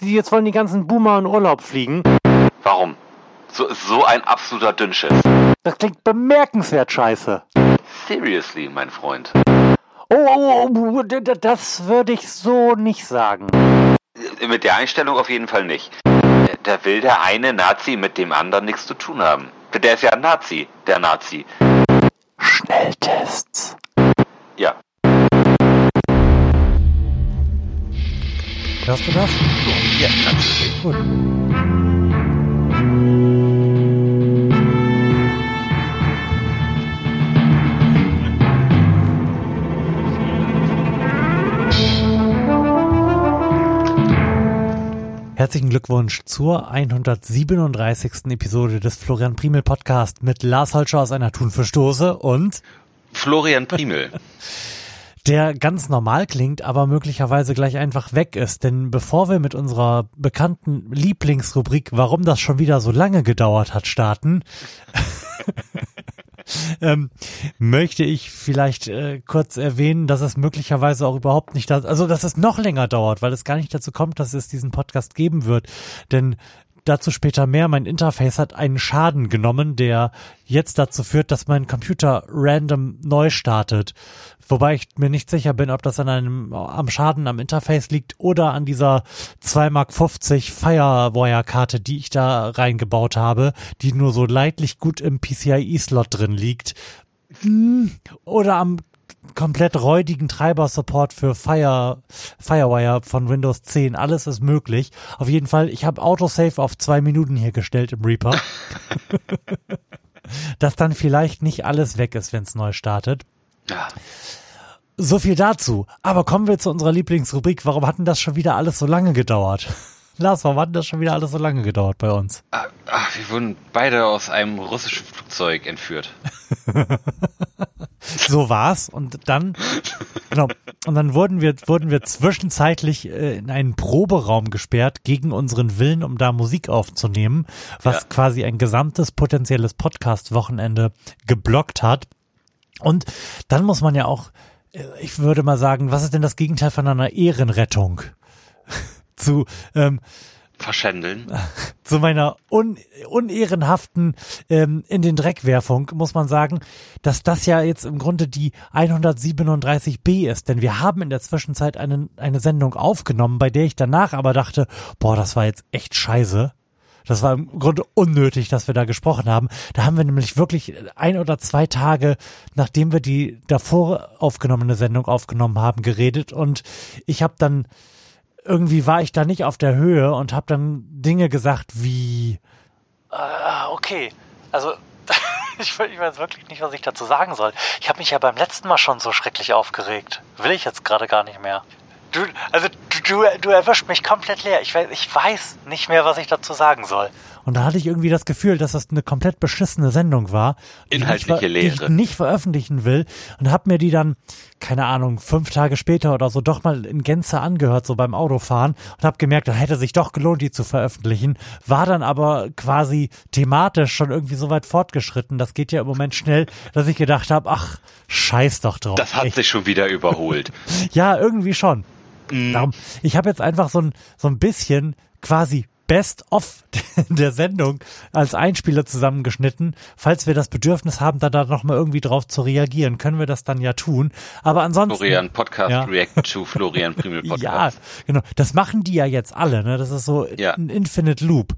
jetzt wollen die ganzen Boomer in Urlaub fliegen. Warum? So ein absoluter Dünnschiss. Das klingt bemerkenswert scheiße. Seriously, mein Freund. Oh, das würde ich so nicht sagen. Mit der Einstellung auf jeden Fall nicht. Da will der eine Nazi mit dem anderen nichts zu tun haben. Der ist ja ein Nazi, der Nazi. Schnelltests. Ja. Hörst du das? Ja, natürlich. Gut. Herzlichen Glückwunsch zur 137. Episode des Florian Primel Podcast mit Lars Holscher aus einer Thunfischdose und Florian Primel. Der ganz normal klingt, aber möglicherweise gleich einfach weg ist. Denn bevor wir mit unserer bekannten Lieblingsrubrik, warum das schon wieder so lange gedauert hat, starten, möchte ich vielleicht kurz erwähnen, dass es möglicherweise auch überhaupt nicht, dass es noch länger dauert, weil es gar nicht dazu kommt, dass es diesen Podcast geben wird. Denn dazu später mehr. Mein Interface hat einen Schaden genommen, der jetzt dazu führt, dass mein Computer random neu startet. Wobei ich mir nicht sicher bin, ob das am Schaden am Interface liegt oder an dieser 2,50 Mark Firewire-Karte, die ich da reingebaut habe, die nur so leidlich gut im PCIe-Slot drin liegt. Oder am komplett räudigen Treiber-Support für Firewire von Windows 10. Alles ist möglich. Auf jeden Fall, ich habe Autosave auf 2 Minuten hier gestellt im Reaper. Dass dann vielleicht nicht alles weg ist, wenn es neu startet. Ja. So viel dazu. Aber kommen wir zu unserer Lieblingsrubrik. Warum hat denn das schon wieder alles so lange gedauert? Lars, warum hat denn das schon wieder alles so lange gedauert bei uns? Wir wurden beide aus einem russischen Flugzeug entführt. So war's. Und dann wurden wir zwischenzeitlich in einen Proberaum gesperrt, gegen unseren Willen, um da Musik aufzunehmen, was quasi ein gesamtes potenzielles Podcast-Wochenende geblockt hat. Und dann muss man ja auch, ich würde mal sagen, was ist denn das Gegenteil von einer Ehrenrettung? Verschändeln. Zu meiner unehrenhaften in den Dreckwerfung muss man sagen, dass das ja jetzt im Grunde die 137b ist, denn wir haben in der Zwischenzeit eine Sendung aufgenommen, bei der ich danach aber dachte, boah, das war jetzt echt scheiße. Das war im Grunde unnötig, dass wir da gesprochen haben. Da haben wir nämlich wirklich 1 oder 2 Tage, nachdem wir die davor aufgenommene Sendung aufgenommen haben, geredet und irgendwie war ich da nicht auf der Höhe und habe dann Dinge gesagt wie okay, also ich weiß wirklich nicht, was ich dazu sagen soll. Ich habe mich ja beim letzten Mal schon so schrecklich aufgeregt. Will ich jetzt gerade gar nicht mehr. Du erwischt mich komplett leer. Ich weiß nicht mehr, was ich dazu sagen soll. Und da hatte ich irgendwie das Gefühl, dass das eine komplett beschissene Sendung war. Inhaltliche Leere. Die ich nicht veröffentlichen will. Und habe mir die dann, keine Ahnung, 5 Tage später oder so doch mal in Gänze angehört, so beim Autofahren. Und habe gemerkt, da hätte sich doch gelohnt, die zu veröffentlichen. War dann aber quasi thematisch schon irgendwie so weit fortgeschritten. Das geht ja im Moment schnell, dass ich gedacht habe, ach, scheiß doch drauf. Das hat sich schon wieder überholt. Ja, irgendwie schon. Darum, ich habe jetzt einfach so ein bisschen quasi Best-of der Sendung als Einspieler zusammengeschnitten. Falls wir das Bedürfnis haben, da noch mal irgendwie drauf zu reagieren, können wir das dann ja tun. Aber ansonsten... Florian Podcast React to Florian Primel Podcast. Ja, genau. Das machen die ja jetzt alle, ne? Das ist so ein Infinite Loop.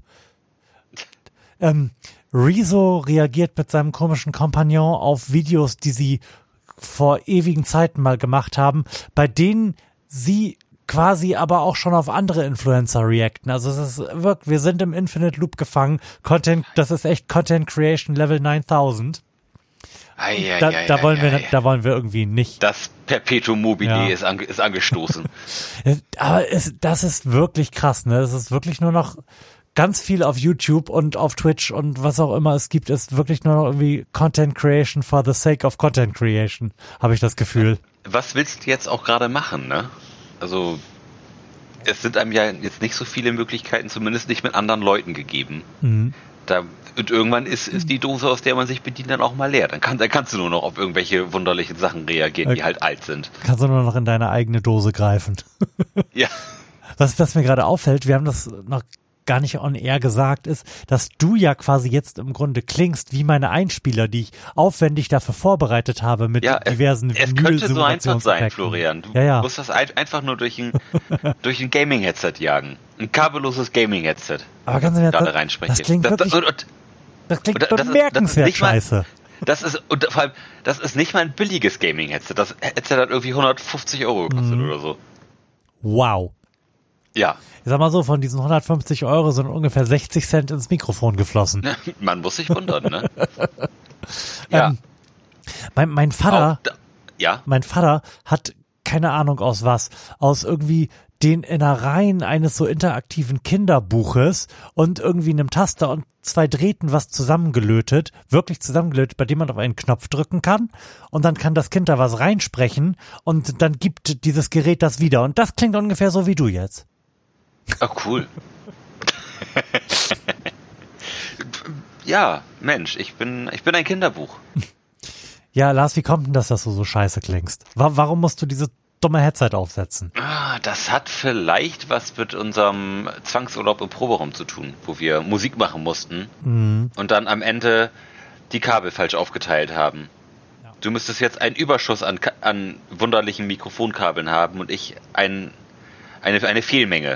Rezo reagiert mit seinem komischen Kompagnon auf Videos, die sie vor ewigen Zeiten mal gemacht haben, bei denen sie quasi aber auch schon auf andere Influencer reacten. Also es ist wirklich, wir sind im Infinite Loop gefangen. Das ist echt Content Creation Level 9000. Da wollen wir irgendwie nicht. Das Perpetuum mobile ist angestoßen. Aber das ist wirklich krass, ne? Es ist wirklich nur noch ganz viel auf YouTube und auf Twitch und was auch immer es gibt, ist wirklich nur noch irgendwie Content Creation for the sake of Content Creation, habe ich das Gefühl. Was willst du jetzt auch gerade machen, ne? Also, es sind einem ja jetzt nicht so viele Möglichkeiten, zumindest nicht mit anderen Leuten gegeben. Mhm. Und irgendwann ist die Dose, aus der man sich bedient, dann auch mal leer. Dann kannst du nur noch auf irgendwelche wunderlichen Sachen reagieren, die halt alt sind. Kannst du nur noch in deine eigene Dose greifen. Ja. Was mir gerade auffällt, wir haben das noch gar nicht on air gesagt, ist, dass du ja quasi jetzt im Grunde klingst wie meine Einspieler, die ich aufwendig dafür vorbereitet habe mit diversen Es könnte so einfach sein, Florian. Du musst das einfach nur durch ein Gaming-Headset jagen. Ein kabelloses Gaming-Headset. Aber ganz ehrlich, das klingt bemerkenswert scheiße. Vor allem, das ist nicht mal ein billiges Gaming-Headset. Das Headset hat irgendwie 150 € gekostet oder so. Wow. Ja. Ich sag mal so, von diesen 150 € sind ungefähr 60 Cent ins Mikrofon geflossen. Man muss sich wundern, ne? Ja. Mein Vater hat keine Ahnung aus was, aus irgendwie den Innereien eines so interaktiven Kinderbuches und irgendwie einem Taster und 2 Drähten was zusammengelötet, bei dem man auf einen Knopf drücken kann und dann kann das Kind da was reinsprechen und dann gibt dieses Gerät das wieder und das klingt ungefähr so wie du jetzt. Ach, cool. Ja, Mensch, ich bin ein Kinderbuch. Ja, Lars, wie kommt denn das, dass du so scheiße klingst? Warum musst du diese dumme Headset aufsetzen? Das hat vielleicht was mit unserem Zwangsurlaub im Proberaum zu tun, wo wir Musik machen mussten und dann am Ende die Kabel falsch aufgeteilt haben. Ja. Du müsstest jetzt einen Überschuss an wunderlichen Mikrofonkabeln haben und ich eine Fehlmenge.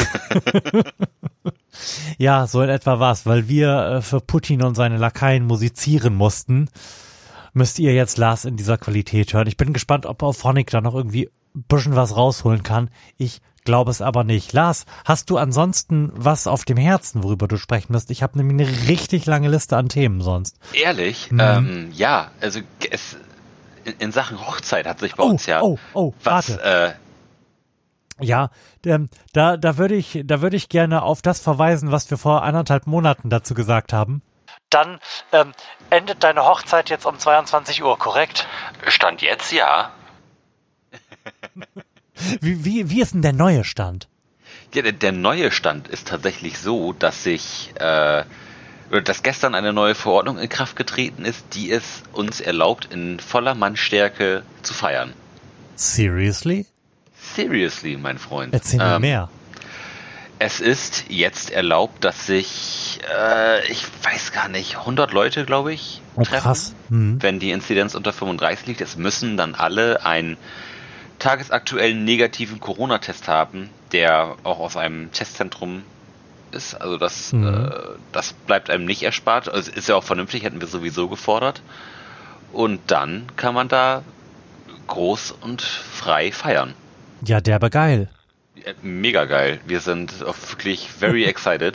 Ja, so in etwa war's, weil wir für Putin und seine Lakaien musizieren mussten, müsst ihr jetzt Lars in dieser Qualität hören. Ich bin gespannt, ob Auphonic da noch irgendwie ein bisschen was rausholen kann. Ich glaube es aber nicht. Lars, hast du ansonsten was auf dem Herzen, worüber du sprechen musst? Ich habe nämlich eine richtig lange Liste an Themen sonst. Ehrlich? Ja, also in Sachen Hochzeit hat sich bei uns warte. Ja, da würde ich gerne auf das verweisen, was wir vor 1,5 Monaten dazu gesagt haben. Dann endet deine Hochzeit jetzt um 22 Uhr, korrekt? Stand jetzt, ja. Wie ist denn der neue Stand? Ja, der neue Stand ist tatsächlich so, dass dass gestern eine neue Verordnung in Kraft getreten ist, die es uns erlaubt, in voller Mannstärke zu feiern. Seriously? Seriously, mein Freund. Erzähl mir mehr. Es ist jetzt erlaubt, dass sich, ich weiß gar nicht, 100 Leute, glaube ich, treffen. Krass. Wenn die Inzidenz unter 35 liegt. Es müssen dann alle einen tagesaktuellen negativen Corona-Test haben, der auch aus einem Testzentrum ist. Also das bleibt einem nicht erspart. Also ist ja auch vernünftig, hätten wir sowieso gefordert. Und dann kann man da groß und frei feiern. Ja, derbe geil. Mega geil. Wir sind auch wirklich very excited.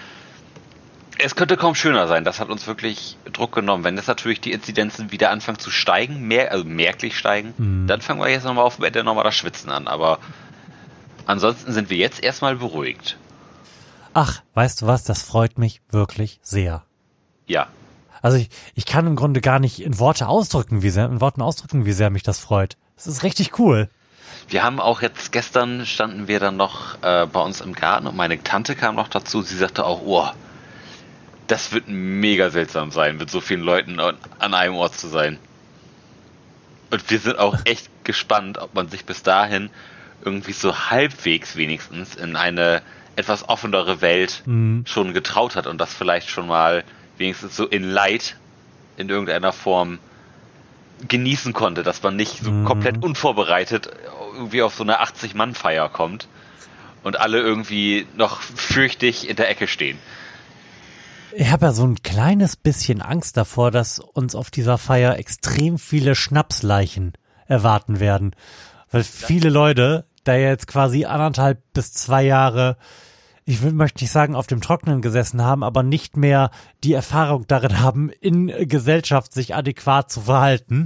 Es könnte kaum schöner sein. Das hat uns wirklich Druck genommen. Wenn jetzt natürlich die Inzidenzen wieder anfangen zu steigen, merklich steigen, dann fangen wir jetzt nochmal auf Ende nochmal das Schwitzen an. Aber ansonsten sind wir jetzt erstmal beruhigt. Ach, weißt du was? Das freut mich wirklich sehr. Ja. Also ich kann im Grunde gar nicht in Worten ausdrücken, wie sehr mich das freut. Das ist richtig cool. Wir haben auch gestern standen wir dann noch bei uns im Garten und meine Tante kam noch dazu. Sie sagte auch, das wird mega seltsam sein, mit so vielen Leuten an einem Ort zu sein. Und wir sind auch echt gespannt, ob man sich bis dahin irgendwie so halbwegs wenigstens in eine etwas offenere Welt schon getraut hat und das vielleicht schon mal wenigstens so in Light in irgendeiner Form genießen konnte, dass man nicht so komplett unvorbereitet irgendwie auf so eine 80-Mann-Feier kommt und alle irgendwie noch fürchtig in der Ecke stehen. Ich habe ja so ein kleines bisschen Angst davor, dass uns auf dieser Feier extrem viele Schnapsleichen erwarten werden. Weil viele Leute da jetzt quasi 1,5 bis 2 Jahre, ich möchte nicht sagen, auf dem Trockenen gesessen haben, aber nicht mehr die Erfahrung darin haben, in Gesellschaft sich adäquat zu verhalten.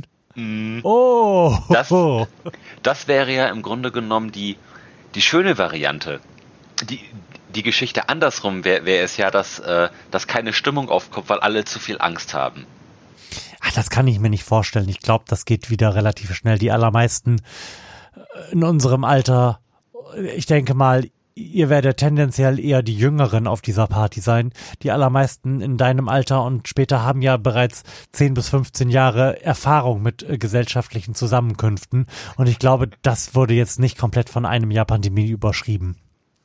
Das wäre ja im Grunde genommen die schöne Variante. Die Geschichte andersrum wäre es ja, dass keine Stimmung aufkommt, weil alle zu viel Angst haben. Ach, das kann ich mir nicht vorstellen. Ich glaube, das geht wieder relativ schnell. Die allermeisten in unserem Alter, ich denke mal, ihr werdet tendenziell eher die Jüngeren auf dieser Party sein. Die allermeisten in deinem Alter und später haben ja bereits 10 bis 15 Jahre Erfahrung mit gesellschaftlichen Zusammenkünften. Und ich glaube, das wurde jetzt nicht komplett von einem Jahr Pandemie überschrieben.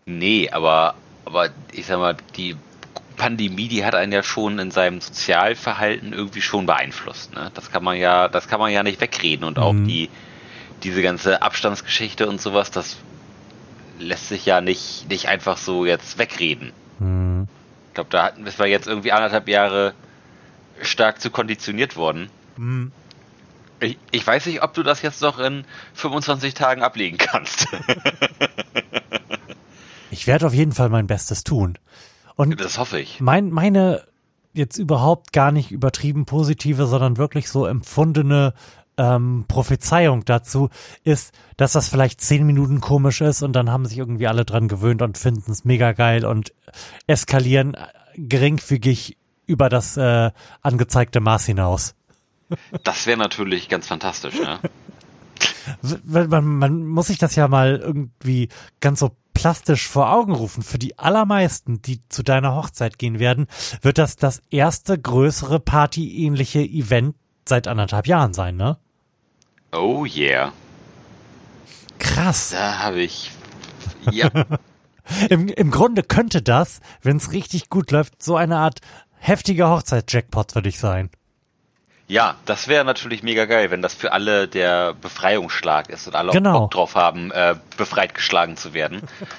Nee, aber ich sag mal, die Pandemie, die hat einen ja schon in seinem Sozialverhalten irgendwie schon beeinflusst, ne? Das kann man ja nicht wegreden und auch diese ganze Abstandsgeschichte und sowas, das lässt sich ja nicht einfach so jetzt wegreden. Ich glaube, da sind wir jetzt irgendwie 1,5 Jahre stark zu konditioniert worden. Ich weiß nicht, ob du das jetzt noch in 25 Tagen ablegen kannst. Ich werde auf jeden Fall mein Bestes tun. Und das hoffe ich. Meine jetzt überhaupt gar nicht übertrieben positive, sondern wirklich so empfundene Prophezeiung dazu ist, dass das vielleicht 10 Minuten komisch ist und dann haben sich irgendwie alle dran gewöhnt und finden es mega geil und eskalieren geringfügig über das angezeigte Maß hinaus. Das wäre natürlich ganz fantastisch, ja. Man muss sich das ja mal irgendwie ganz so plastisch vor Augen rufen. Für die allermeisten, die zu deiner Hochzeit gehen werden, wird das erste größere partyähnliche Event seit 1,5 Jahren sein, ne? Oh yeah. Krass. Da habe ich, ja. Im Grunde könnte das, wenn es richtig gut läuft, so eine Art heftiger Hochzeit-Jackpot für dich sein. Ja, das wäre natürlich mega geil, wenn das für alle der Befreiungsschlag ist und alle auch Bock drauf haben, befreit geschlagen zu werden.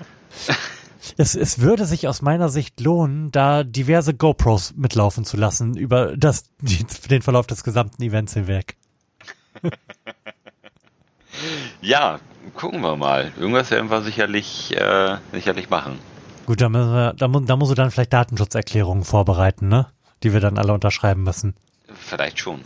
Es würde sich aus meiner Sicht lohnen, da diverse GoPros mitlaufen zu lassen über den Verlauf des gesamten Events hinweg. Ja, gucken wir mal. Irgendwas werden wir sicherlich machen. Gut, da musst du dann vielleicht Datenschutzerklärungen vorbereiten, ne? Die wir dann alle unterschreiben müssen. Vielleicht schon.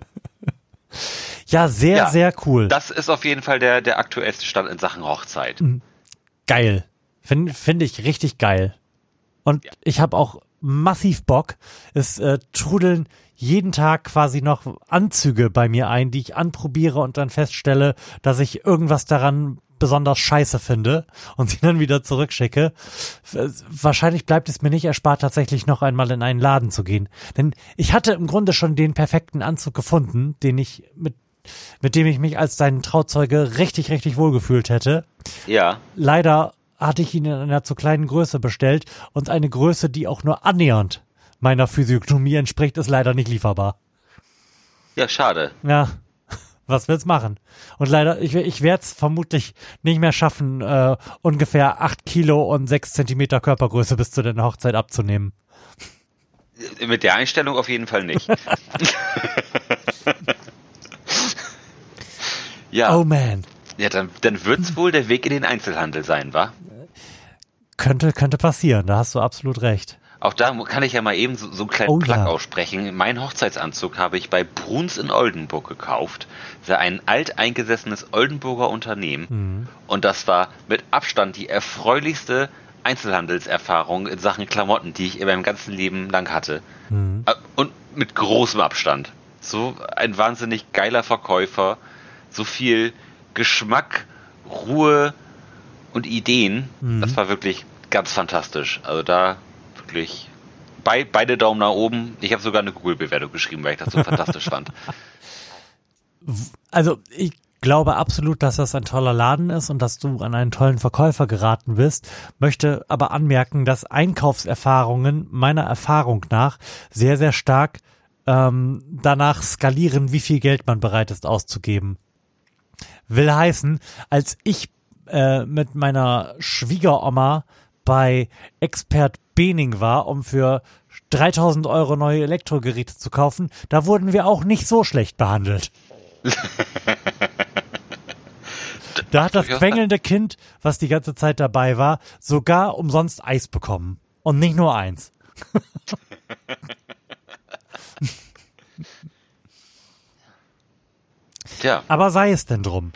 Ja, sehr cool. Das ist auf jeden Fall der aktuellste Stand in Sachen Hochzeit. Geil. Finde ich richtig geil. Und ich habe auch massiv Bock. Es trudeln jeden Tag quasi noch Anzüge bei mir ein, die ich anprobiere und dann feststelle, dass ich irgendwas daran besonders scheiße finde und sie dann wieder zurückschicke. Wahrscheinlich bleibt es mir nicht erspart, tatsächlich noch einmal in einen Laden zu gehen. Denn ich hatte im Grunde schon den perfekten Anzug gefunden, den ich mit dem ich mich als dein Trauzeuge richtig, richtig wohlgefühlt hätte. Ja. Leider hatte ich ihn in einer zu kleinen Größe bestellt und eine Größe, die auch nur annähernd meiner Physiognomie entspricht, ist leider nicht lieferbar. Ja, schade. Ja, was will's machen? Und leider, ich werde es vermutlich nicht mehr schaffen, ungefähr 8 Kilo und 6 Zentimeter Körpergröße bis zu deiner Hochzeit abzunehmen. Mit der Einstellung auf jeden Fall nicht. Ja. Oh man. Ja, dann wird's wohl der Weg in den Einzelhandel sein, wa? Könnte passieren, da hast du absolut recht. Auch da kann ich ja mal eben so einen kleinen Plug aussprechen. Mein Hochzeitsanzug habe ich bei Bruns in Oldenburg gekauft. Das ist ein alteingesessenes Oldenburger Unternehmen. Und das war mit Abstand die erfreulichste Einzelhandelserfahrung in Sachen Klamotten, die ich in meinem ganzen Leben lang hatte. Und mit großem Abstand. So ein wahnsinnig geiler Verkäufer. So viel Geschmack, Ruhe und Ideen. Das war wirklich ganz fantastisch. Also da wirklich beide Daumen nach oben. Ich habe sogar eine Google-Bewertung geschrieben, weil ich das so fantastisch fand. Also ich glaube absolut, dass das ein toller Laden ist und dass du an einen tollen Verkäufer geraten bist, möchte aber anmerken, dass Einkaufserfahrungen meiner Erfahrung nach sehr, sehr stark danach skalieren, wie viel Geld man bereit ist auszugeben. Will heißen, als ich mit meiner Schwiegeroma bei Expert Bening war, um für 3.000 € neue Elektrogeräte zu kaufen, da wurden wir auch nicht so schlecht behandelt. Da hat das quengelnde Kind, was die ganze Zeit dabei war, sogar umsonst Eis bekommen. Und nicht nur eins. Tja. Aber sei es denn drum.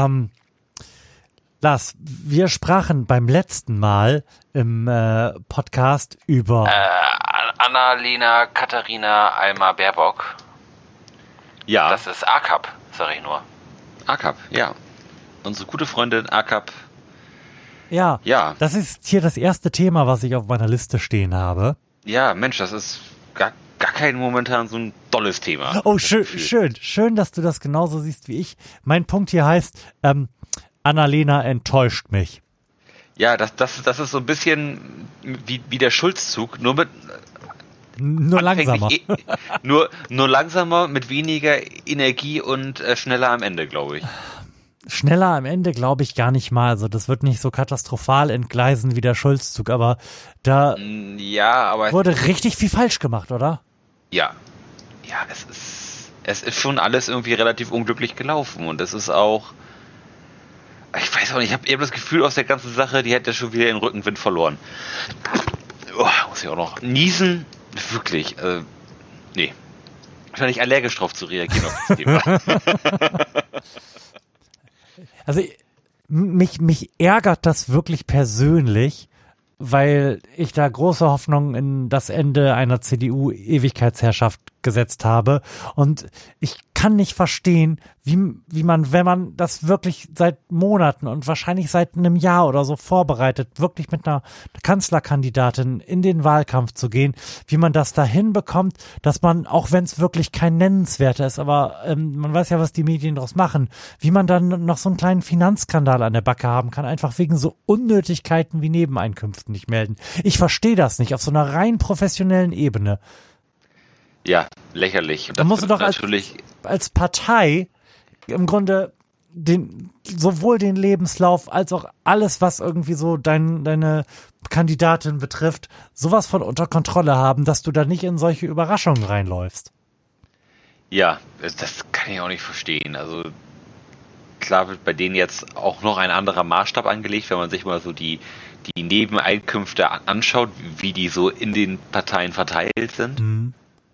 Lars, wir sprachen beim letzten Mal im Podcast über Annalena Katharina Alma Baerbock. Ja. Das ist ACAP, sag ich nur. ACAP, ja. Unsere gute Freundin ACAP. Ja, Ja. Das ist hier das erste Thema, was ich auf meiner Liste stehen habe. Ja, Mensch, das ist gar kein momentan so ein tolles Thema. Oh, schön, dass du das genauso siehst wie ich. Mein Punkt hier heißt, Annalena enttäuscht mich. Ja, das ist so ein bisschen wie der Schulzzug, nur langsamer. Nur langsamer, mit weniger Energie und schneller am Ende, glaube ich. Schneller am Ende glaube ich gar nicht mal. Also das wird nicht so katastrophal entgleisen wie der Schulzzug, aber da wurde richtig viel falsch gemacht, oder? Ja. Ja, es ist schon alles irgendwie relativ unglücklich gelaufen und es ist auch, ich weiß auch nicht, ich habe das Gefühl aus der ganzen Sache, die hätte schon wieder den Rückenwind verloren. Muss ich auch noch niesen? Wirklich, nee. Wahrscheinlich allergisch drauf zu reagieren auf das Thema. Also mich ärgert das wirklich persönlich, weil ich da große Hoffnung in das Ende einer CDU-Ewigkeitsherrschaft gesetzt habe. Und ich kann nicht verstehen, wie man, wenn man das wirklich seit Monaten und wahrscheinlich seit einem Jahr oder so vorbereitet, wirklich mit einer Kanzlerkandidatin in den Wahlkampf zu gehen, wie man das da hinbekommt, dass man, auch wenn es wirklich kein nennenswerter ist, aber man weiß ja, was die Medien daraus machen, wie man dann noch so einen kleinen Finanzskandal an der Backe haben kann, einfach wegen so Unnötigkeiten wie Nebeneinkünften nicht melden. Ich verstehe das nicht auf so einer rein professionellen Ebene. Ja, lächerlich. Da musst du doch als Partei im Grunde sowohl den Lebenslauf als auch alles, was irgendwie so deine Kandidatin betrifft, sowas von unter Kontrolle haben, dass du da nicht in solche Überraschungen reinläufst. Ja, das kann ich auch nicht verstehen. Also klar wird bei denen jetzt auch noch ein anderer Maßstab angelegt, wenn man sich mal so die Nebeneinkünfte anschaut, wie die so in den Parteien verteilt sind. Mhm.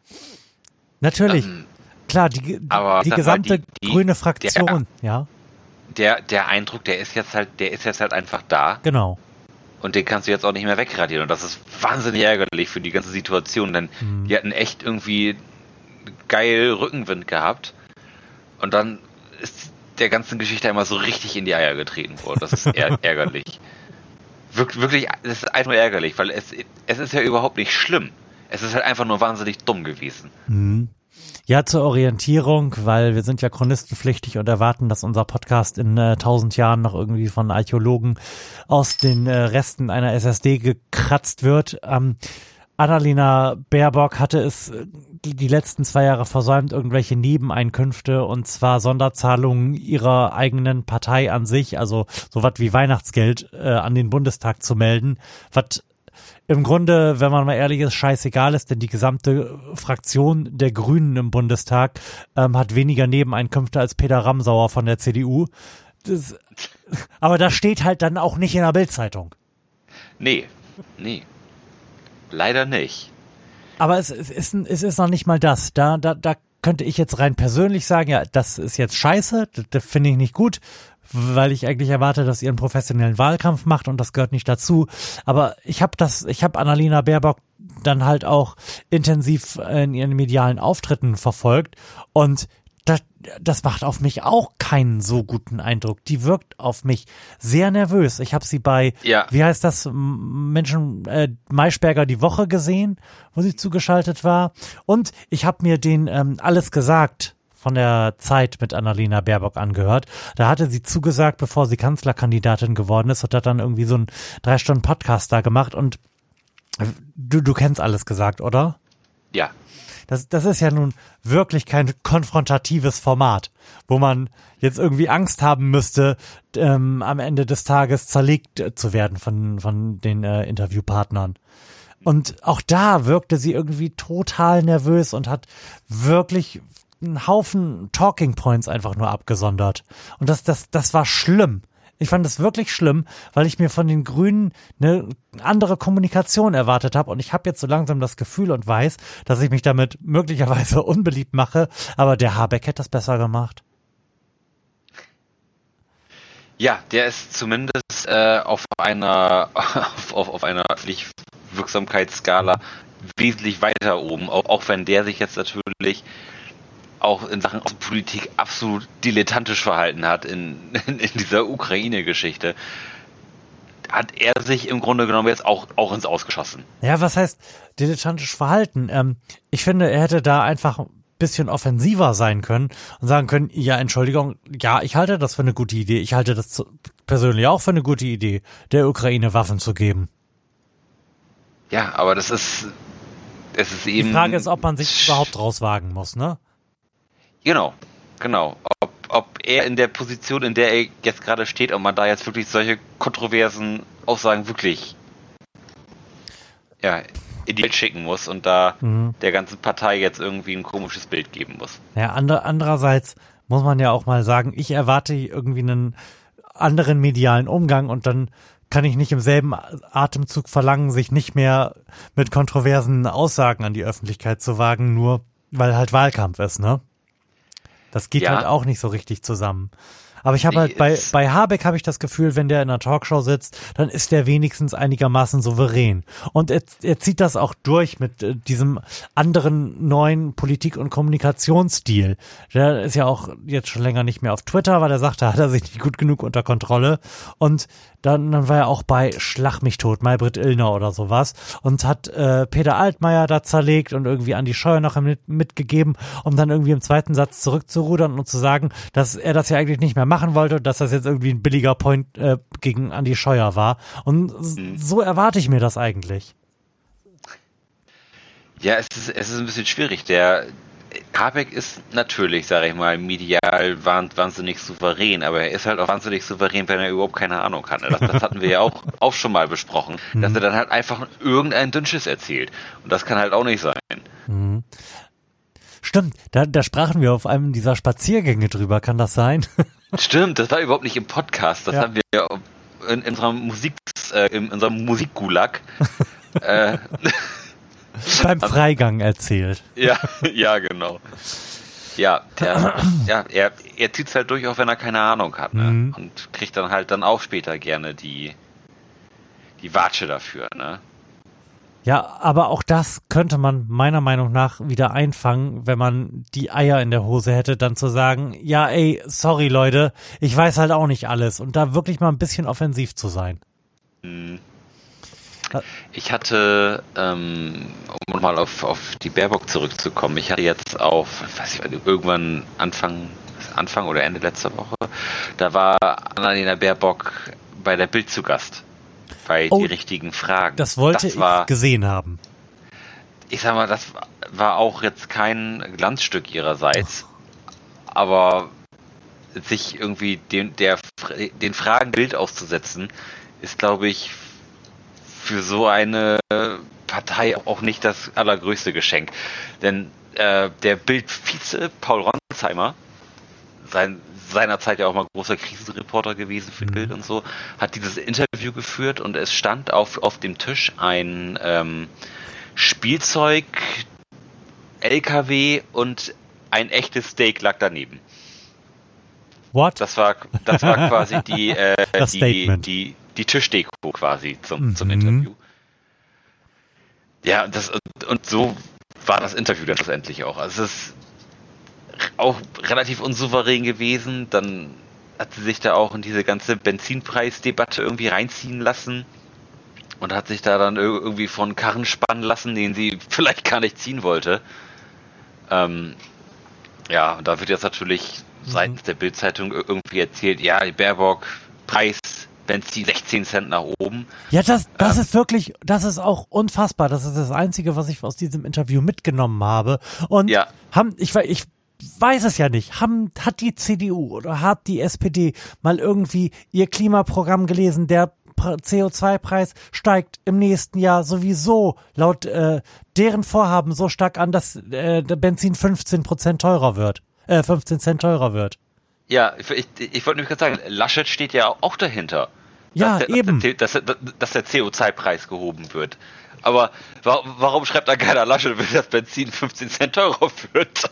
Natürlich, klar, die gesamte grüne Fraktion, ja. Der Eindruck, der ist jetzt halt einfach da. Genau. Und den kannst du jetzt auch nicht mehr wegradieren. Und das ist wahnsinnig ärgerlich für die ganze Situation, denn die hatten echt irgendwie geil Rückenwind gehabt. Und dann ist der ganzen Geschichte einmal so richtig in die Eier getreten worden. Das ist ärgerlich. Wirklich, das ist einfach nur ärgerlich, weil es ist ja überhaupt nicht schlimm. Es ist halt einfach nur wahnsinnig dumm gewesen. Mhm. Ja, zur Orientierung, weil wir sind ja chronistenpflichtig und erwarten, dass unser Podcast in 1000 Jahren noch irgendwie von Archäologen aus den Resten einer SSD gekratzt wird. Annalena Baerbock hatte es die letzten 2 Jahre versäumt, irgendwelche Nebeneinkünfte und zwar Sonderzahlungen ihrer eigenen Partei an sich, also sowas wie Weihnachtsgeld an den Bundestag zu melden, was im Grunde, wenn man mal ehrlich ist, scheißegal ist, denn die gesamte Fraktion der Grünen im Bundestag hat weniger Nebeneinkünfte als Peter Ramsauer von der CDU. Aber das steht halt dann auch nicht in der Bild-Zeitung. Nee. Leider nicht. Aber es ist noch nicht mal das. Da könnte ich jetzt rein persönlich sagen, ja, das ist jetzt scheiße, das finde ich nicht gut, weil ich eigentlich erwarte, dass ihr einen professionellen Wahlkampf macht und das gehört nicht dazu. Aber ich habe Annalena Baerbock dann halt auch intensiv in ihren medialen Auftritten verfolgt und das macht auf mich auch keinen so guten Eindruck. Die wirkt auf mich sehr nervös. Ich habe sie bei, wie heißt das, Maischberger die Woche gesehen, wo sie zugeschaltet war. Und ich habe mir den Alles gesagt von der Zeit mit Annalena Baerbock angehört. Da hatte sie zugesagt, bevor sie Kanzlerkandidatin geworden ist und hat dann irgendwie so einen 3-Stunden-Podcast da gemacht. Und du kennst Alles gesagt, oder? Ja. Das ist ja nun wirklich kein konfrontatives Format, wo man jetzt irgendwie Angst haben müsste, am Ende des Tages zerlegt zu werden von den Interviewpartnern. Und auch da wirkte sie irgendwie total nervös und hat wirklich einen Haufen Talking Points einfach nur abgesondert. Und das war schlimm. Ich fand das wirklich schlimm, weil ich mir von den Grünen eine andere Kommunikation erwartet habe und ich habe jetzt so langsam das Gefühl und weiß, dass ich mich damit möglicherweise unbeliebt mache, aber der Habeck hätte das besser gemacht. Ja, der ist zumindest auf einer Wirksamkeitsskala wesentlich weiter oben, auch wenn der sich jetzt natürlich auch in Sachen Außenpolitik absolut dilettantisch verhalten hat in dieser Ukraine-Geschichte, hat er sich im Grunde genommen jetzt auch ins Ausgeschossen. Ja, was heißt dilettantisch verhalten? Ich finde, er hätte da einfach bisschen offensiver sein können und sagen können, ja, Entschuldigung, ja, ich halte das für eine gute Idee. Ich halte das persönlich auch für eine gute Idee, der Ukraine Waffen zu geben. Ja, aber es ist eben... Die Frage ist, ob man sich überhaupt rauswagen muss, ne? Genau. Ob er in der Position, in der er jetzt gerade steht, ob man da jetzt wirklich solche kontroversen Aussagen wirklich in die Welt schicken muss und da der ganzen Partei jetzt irgendwie ein komisches Bild geben muss. Ja, andererseits muss man ja auch mal sagen, ich erwarte irgendwie einen anderen medialen Umgang und dann kann ich nicht im selben Atemzug verlangen, sich nicht mehr mit kontroversen Aussagen an die Öffentlichkeit zu wagen, nur weil halt Wahlkampf ist, ne? Das geht halt auch nicht so richtig zusammen. Aber ich habe halt bei Habeck habe ich das Gefühl, wenn der in einer Talkshow sitzt, dann ist der wenigstens einigermaßen souverän. Und er zieht das auch durch mit diesem anderen neuen Politik- und Kommunikationsstil. Der ist ja auch jetzt schon länger nicht mehr auf Twitter, weil er sagte, hat er sich nicht gut genug unter Kontrolle. Und dann war er auch bei Schlag mich tot, Maybrit Illner oder sowas und hat Peter Altmaier da zerlegt und irgendwie Andi Scheuer noch mitgegeben, um dann irgendwie im zweiten Satz zurückzurudern und zu sagen, dass er das ja eigentlich nicht mehr machen wollte und dass das jetzt irgendwie ein billiger Point gegen Andi Scheuer war. Und so erwarte ich mir das eigentlich. Ja, es ist ein bisschen schwierig. Der Habeck ist natürlich, sage ich mal, medial wahnsinnig souverän, aber er ist halt auch wahnsinnig souverän, wenn er überhaupt keine Ahnung hat. Das hatten wir ja auch schon mal besprochen, dass er dann halt einfach irgendein Dünnschiss erzählt. Und das kann halt auch nicht sein. Stimmt, da sprachen wir auf einem dieser Spaziergänge drüber, kann das sein? Stimmt, das war überhaupt nicht im Podcast, das haben wir in unserem Musikgulag beim Freigang erzählt. Ja, genau. Ja, er zieht es halt durch, auch wenn er keine Ahnung hat, ne? Und kriegt dann halt auch später gerne die Watsche dafür, ne? Ja, aber auch das könnte man meiner Meinung nach wieder einfangen, wenn man die Eier in der Hose hätte, dann zu sagen, ja, ey, sorry Leute, ich weiß halt auch nicht alles und da wirklich mal ein bisschen offensiv zu sein. Ich hatte, um nochmal auf die Baerbock zurückzukommen, ich hatte jetzt irgendwann Anfang oder Ende letzter Woche, da war Annalena Baerbock bei der Bild zu Gast. Bei die richtigen Fragen. Das wollte ich gesehen haben. Ich sag mal, das war auch jetzt kein Glanzstück ihrerseits, aber sich irgendwie den Fragen Bild auszusetzen, ist, glaube ich, für so eine Partei auch nicht das allergrößte Geschenk. Denn der Bild-Vize Paul Ronsheimer, seinerzeit ja auch mal großer Krisenreporter gewesen für Bild und so, hat dieses Interview geführt und es stand auf dem Tisch ein Spielzeug, LKW und ein echtes Steak lag daneben. What? Das war quasi die Tischdeko quasi zum Interview. Ja, und so war das Interview dann schlussendlich auch. Also es ist auch relativ unsouverän gewesen. Dann hat sie sich da auch in diese ganze Benzinpreisdebatte irgendwie reinziehen lassen und hat sich da dann irgendwie von Karren spannen lassen, den sie vielleicht gar nicht ziehen wollte. Ja, und da wird jetzt natürlich seitens der Bild-Zeitung irgendwie erzählt, ja, die Baerbock, Preis, Benzin 16 Cent nach oben. Ja, das ist wirklich, das ist auch unfassbar. Das ist das Einzige, was ich aus diesem Interview mitgenommen habe. Und ich weiß es ja nicht. Hat die CDU oder hat die SPD mal irgendwie ihr Klimaprogramm gelesen? Der CO2-Preis steigt im nächsten Jahr sowieso laut deren Vorhaben so stark an, dass der Benzin 15 Cent teurer wird. Ja, ich wollte nämlich gerade sagen, Laschet steht ja auch dahinter. Ja, eben. Dass der CO2-Preis gehoben wird. Aber warum schreibt da keiner Laschet, wenn das Benzin 15 Cent teurer wird?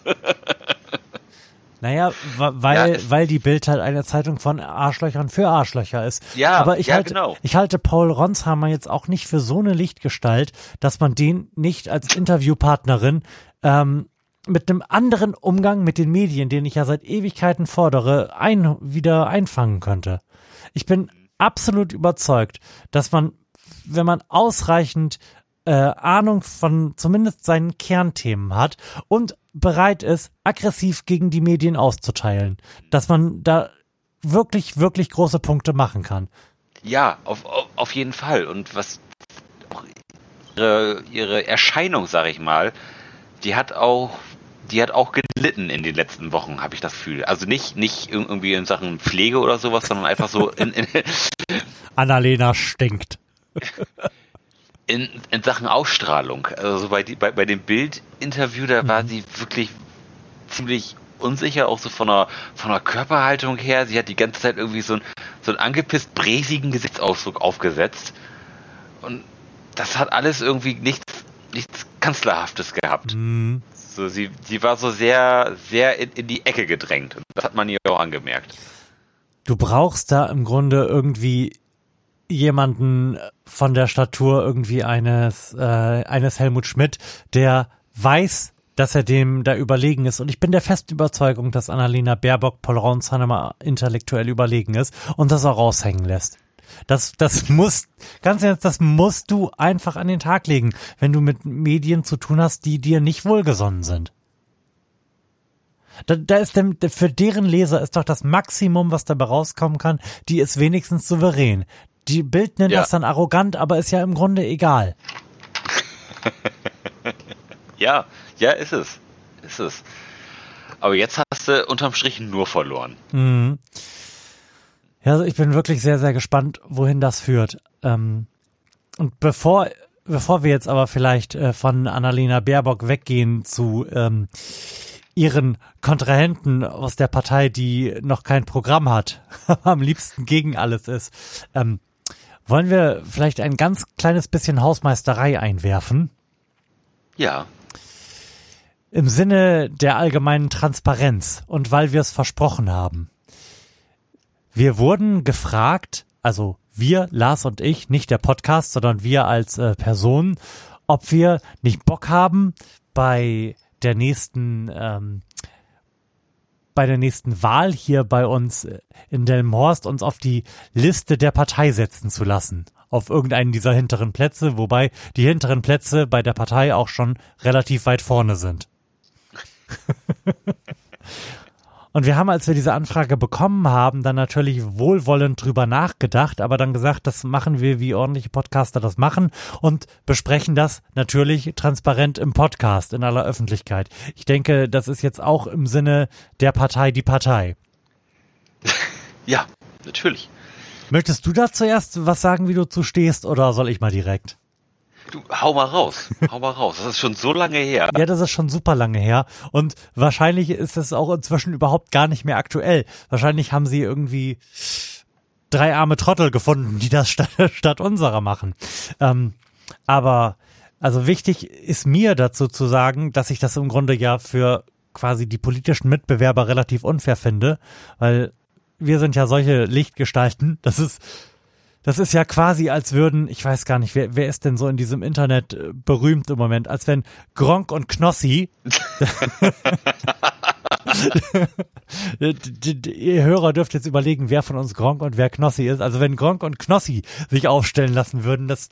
Naja, weil die Bild halt eine Zeitung von Arschlöchern für Arschlöcher ist. Ja, aber ich genau. halte Paul Ronsheimer jetzt auch nicht für so eine Lichtgestalt, dass man den nicht als Interviewpartnerin mit einem anderen Umgang mit den Medien, den ich ja seit Ewigkeiten fordere, wieder einfangen könnte. Ich bin absolut überzeugt, dass man, wenn man ausreichend Ahnung von zumindest seinen Kernthemen hat und bereit ist, aggressiv gegen die Medien auszuteilen. Dass man da wirklich, wirklich große Punkte machen kann. Ja, auf jeden Fall. Und was auch ihre Erscheinung, sag ich mal, die hat auch gelitten in den letzten Wochen, habe ich das Gefühl. Also nicht irgendwie in Sachen Pflege oder sowas, sondern einfach so in Annalena stinkt. In Sachen Ausstrahlung. Also bei dem Bild-Interview, da war sie wirklich ziemlich unsicher, auch so von der Körperhaltung her. Sie hat die ganze Zeit irgendwie so einen angepisst bräsigen Gesichtsausdruck aufgesetzt. Und das hat alles irgendwie nichts Kanzlerhaftes gehabt. Mhm. So, sie war so sehr, sehr in die Ecke gedrängt. Und das hat man ihr auch angemerkt. Du brauchst da im Grunde irgendwie jemanden von der Statur irgendwie eines Helmut Schmidt, der weiß, dass er dem da überlegen ist. Und ich bin der festen Überzeugung, dass Annalena Baerbock Paul Ronsheimer intellektuell überlegen ist und das auch raushängen lässt. Das muss, ganz ernst, das musst du einfach an den Tag legen, wenn du mit Medien zu tun hast, die dir nicht wohlgesonnen sind. Da ist für deren Leser ist doch das Maximum, was dabei rauskommen kann, die ist wenigstens souverän. Die Bild nennt das dann arrogant, aber ist ja im Grunde egal. Ja, ist es. Ist es. Aber jetzt hast du unterm Strich nur verloren. Mhm. Ja, also ich bin wirklich sehr, sehr gespannt, wohin das führt. Und bevor wir jetzt aber vielleicht von Annalena Baerbock weggehen zu ihren Kontrahenten aus der Partei, die noch kein Programm hat, am liebsten gegen alles ist, wollen wir vielleicht ein ganz kleines bisschen Hausmeisterei einwerfen? Ja. Im Sinne der allgemeinen Transparenz und weil wir es versprochen haben. Wir wurden gefragt, also wir, Lars und ich, nicht der Podcast, sondern wir als Personen, ob wir nicht Bock haben, bei der nächsten Wahl hier bei uns in Delmenhorst uns auf die Liste der Partei setzen zu lassen. Auf irgendeinen dieser hinteren Plätze, wobei die hinteren Plätze bei der Partei auch schon relativ weit vorne sind. Und wir haben, als wir diese Anfrage bekommen haben, dann natürlich wohlwollend drüber nachgedacht, aber dann gesagt, das machen wir, wie ordentliche Podcaster das machen und besprechen das natürlich transparent im Podcast, in aller Öffentlichkeit. Ich denke, das ist jetzt auch im Sinne der Partei die Partei. Ja, natürlich. Möchtest du da zuerst was sagen, wie du zu stehst, oder soll ich mal direkt? Du, hau mal raus. Das ist schon so lange her. Ja, das ist schon super lange her. Und wahrscheinlich ist es auch inzwischen überhaupt gar nicht mehr aktuell. Wahrscheinlich haben sie irgendwie 3 arme Trottel gefunden, die das statt unserer machen. Aber also wichtig ist mir dazu zu sagen, dass ich das im Grunde ja für quasi die politischen Mitbewerber relativ unfair finde, weil wir sind ja solche Lichtgestalten. Das ist ja quasi, als würden, ich weiß gar nicht, wer ist denn so in diesem Internet berühmt im Moment, als wenn Gronkh und Knossi, ihr Hörer dürft jetzt überlegen, wer von uns Gronkh und wer Knossi ist. Also wenn Gronkh und Knossi sich aufstellen lassen würden, das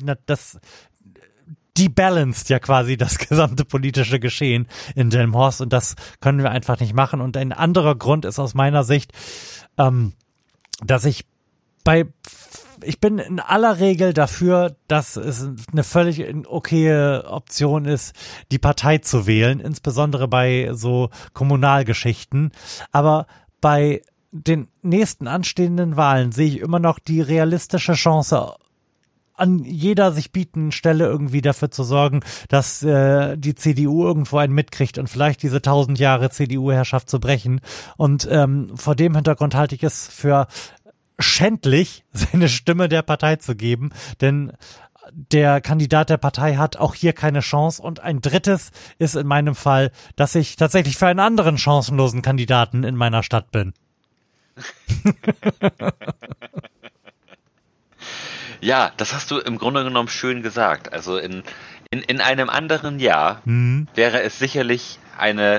debalanced ja quasi das gesamte politische Geschehen in Delmenhorst und das können wir einfach nicht machen. Und ein anderer Grund ist aus meiner Sicht, dass ich bin in aller Regel dafür, dass es eine völlig okaye Option ist, die Partei zu wählen, insbesondere bei so Kommunalgeschichten. Aber bei den nächsten anstehenden Wahlen sehe ich immer noch die realistische Chance, an jeder sich bietenden Stelle irgendwie dafür zu sorgen, dass die CDU irgendwo einen mitkriegt und vielleicht diese 1000 Jahre CDU-Herrschaft zu brechen. Und vor dem Hintergrund halte ich es für schändlich, seine Stimme der Partei zu geben, denn der Kandidat der Partei hat auch hier keine Chance. Und ein drittes ist in meinem Fall, dass ich tatsächlich für einen anderen chancenlosen Kandidaten in meiner Stadt bin. Ja, das hast du im Grunde genommen schön gesagt. Also in einem anderen Jahr wäre es sicherlich eine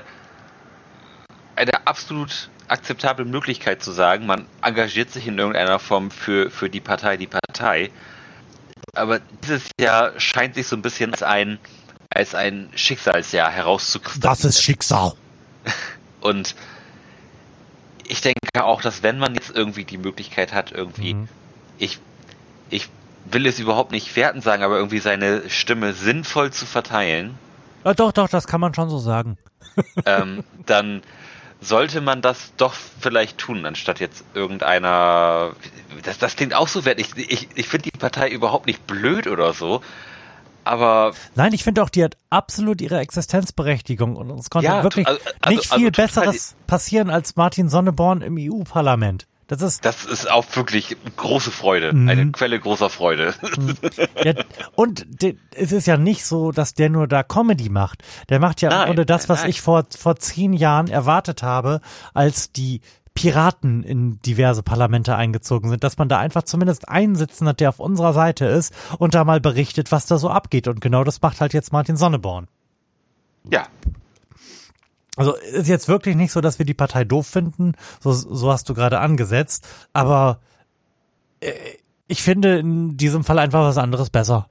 absolut akzeptable Möglichkeit zu sagen, man engagiert sich in irgendeiner Form für die Partei. aber dieses Jahr scheint sich so ein bisschen als ein Schicksalsjahr herauszukristallisieren. Das ist Schicksal. Und ich denke auch, dass wenn man jetzt irgendwie die Möglichkeit hat, irgendwie, ich will es überhaupt nicht werten sagen, aber irgendwie seine Stimme sinnvoll zu verteilen. Ja, doch, das kann man schon so sagen. Dann sollte man das doch vielleicht tun, anstatt jetzt irgendeiner, das klingt auch so wert. Ich finde die Partei überhaupt nicht blöd oder so, aber... Nein, ich finde auch, die hat absolut ihre Existenzberechtigung und es konnte wirklich nicht viel Besseres passieren als Martin Sonneborn im EU-Parlament. Das ist auch wirklich große Freude, eine Quelle großer Freude. Ja, und es ist ja nicht so, dass der nur da Comedy macht. Der macht ja im Grunde das, was ich vor 10 Jahren erwartet habe, als die Piraten in diverse Parlamente eingezogen sind, dass man da einfach zumindest einen sitzen hat, der auf unserer Seite ist und da mal berichtet, was da so abgeht. Und genau das macht halt jetzt Martin Sonneborn. Ja. Also ist jetzt wirklich nicht so, dass wir die Partei doof finden, so hast du gerade angesetzt, aber ich finde in diesem Fall einfach was anderes besser.